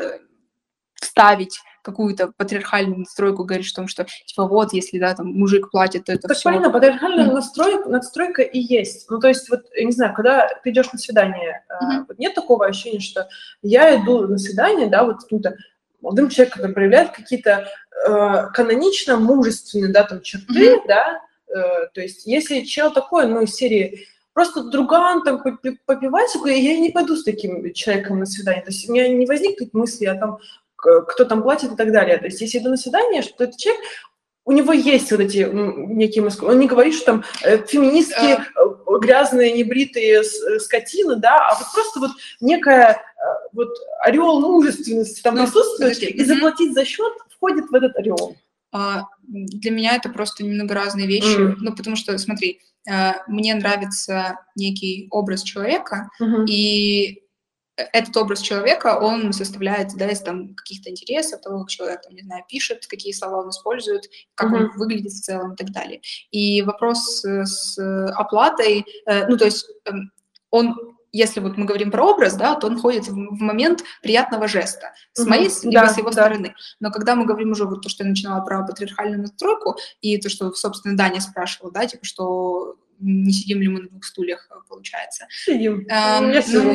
вставить какую-то патриархальную настройку, говоришь о том, что, типа, вот, если, да, там, мужик платит, то это так, все... Полина, патриархальная mm-hmm. настройка, настройка и есть. Ну, то есть, вот, я не знаю, когда ты идешь на свидание, mm-hmm. вот нет такого ощущения, что я иду на свидание, да, вот с каким-то молодым человеком, который проявляет какие-то э, канонично мужественные, да, там, черты, mm-hmm. да, э, то есть, если чел такой, ну, из серии просто друган, там, попивать, я не пойду с таким человеком на свидание, то есть, у меня не возникнет мысли о том, кто там платит и так далее. То есть, если иду на свидание, что этот человек, у него есть вот эти некие мускулы. Он не говорит, что там э, феминистки э, грязные, небритые скотины, да, а вот просто вот некая э, вот орел мужественности там ну, присутствует, и заплатить за счет входит в этот орел. А, для меня это просто немного разные вещи. Mm. Ну, потому что, смотри, э, мне нравится некий образ человека, mm-hmm. и этот образ человека, он составляет, да, из там каких-то интересов, того, как человек, там, не знаю, пишет, какие слова он использует, как uh-huh. он выглядит в целом и так далее. И вопрос с оплатой, ну, то есть он, если вот мы говорим про образ, да, то он входит в, в момент приятного жеста с uh-huh. моей, либо да, с его да. стороны. Но когда мы говорим уже вот то, что я начинала про патриархальную настройку, и то, что, собственно, Даня спрашивала, да, типа, что не сидим ли мы на двух стульях, получается. Сидим. Эм,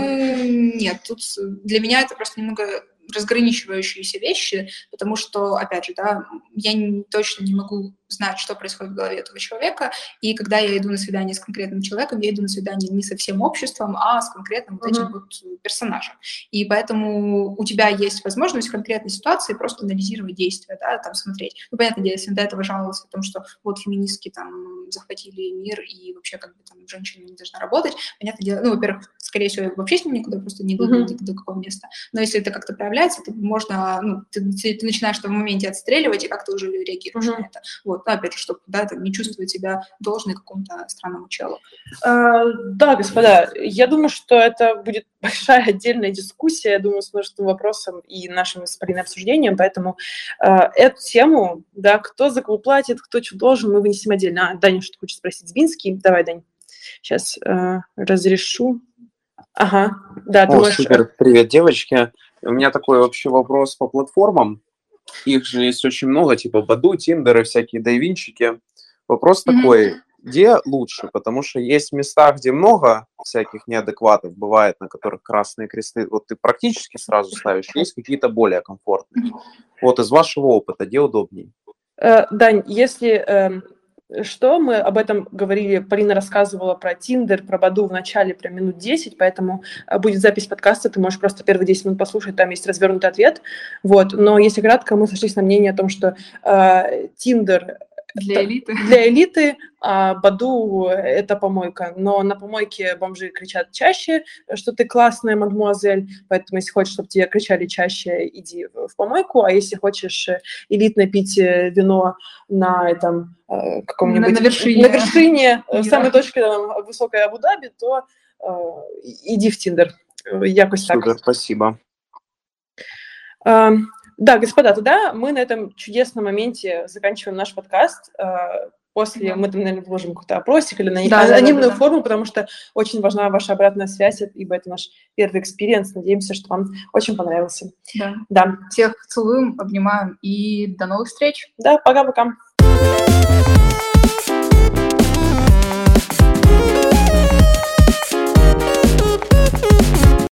ну, нет, тут для меня это просто немного разграничивающиеся вещи, потому что, опять же, да, я не, точно не могу знать, что происходит в голове этого человека, и когда я иду на свидание с конкретным человеком, я иду на свидание не со всем обществом, а с конкретным вот этим uh-huh. вот персонажем. И поэтому у тебя есть возможность в конкретной ситуации просто анализировать действия, да, там смотреть. Ну, понятное дело, если до этого жаловался о том, что вот феминистки там захватили мир, и вообще как бы там женщина не должна работать, понятное дело, ну, во-первых, скорее всего, я вообще с ним никуда просто не дойду uh-huh. до какого места, но если это как-то проявляется, то можно, ну, ты, ты, ты начинаешь в моменте отстреливать, и как ты уже реагируешь uh-huh. на это. Вот. Ну, опять же, чтобы, да, там, не чувствовать себя должной какому-то странному челу. А, да, господа, я думаю, что это будет большая отдельная дискуссия, я думаю, с множеством вопросов и нашим с Полиной обсуждением, поэтому э, эту тему, да, кто за кого платит, кто что должен, мы вынесем отдельно. А, Даня, что хочет спросить? Збинский? Давай, Дань, сейчас э, разрешу. Ага, да, О, думаешь... супер, привет, девочки. У меня такой вообще вопрос по платформам. Их же есть очень много, типа Баду, Тиндеры, всякие дайвинчики. Вопрос mm-hmm. такой, где лучше? Потому что есть места, где много всяких неадекватов бывает, на которых красные кресты. Вот ты практически сразу ставишь, есть какие-то более комфортные. Вот из вашего опыта, где удобнее? Э, Дань, если... Э... Что мы об этом говорили, Полина рассказывала про Тиндер, про Баду в начале, прям минут десять, поэтому будет запись подкаста, ты можешь просто первые десять минут послушать, там есть развернутый ответ. Вот. Но если кратко, мы сошлись на мнение о том, что э, Тиндер для элиты. Для элиты, а Баду – это помойка. Но на помойке бомжи кричат чаще, что ты классная, мадемуазель, поэтому если хочешь, чтобы тебе кричали чаще, иди в помойку, а если хочешь элитно пить вино на этом каком-нибудь… На, на вершине. На вершине, в самой точке там, высокой Абу-Даби, то э, иди в Тиндер. Якось так. Супер, спасибо. Uh, да, господа, тогда мы на этом чудесном моменте заканчиваем наш подкаст. Uh, после да. мы там, наверное, вложим какой-то опросик или на да, анонимную да, да, да. форму, потому что очень важна ваша обратная связь, ибо это наш первый экспириенс. Надеемся, что вам очень понравился. Да. да. Всех целуем, обнимаем и до новых встреч. Да, пока-пока.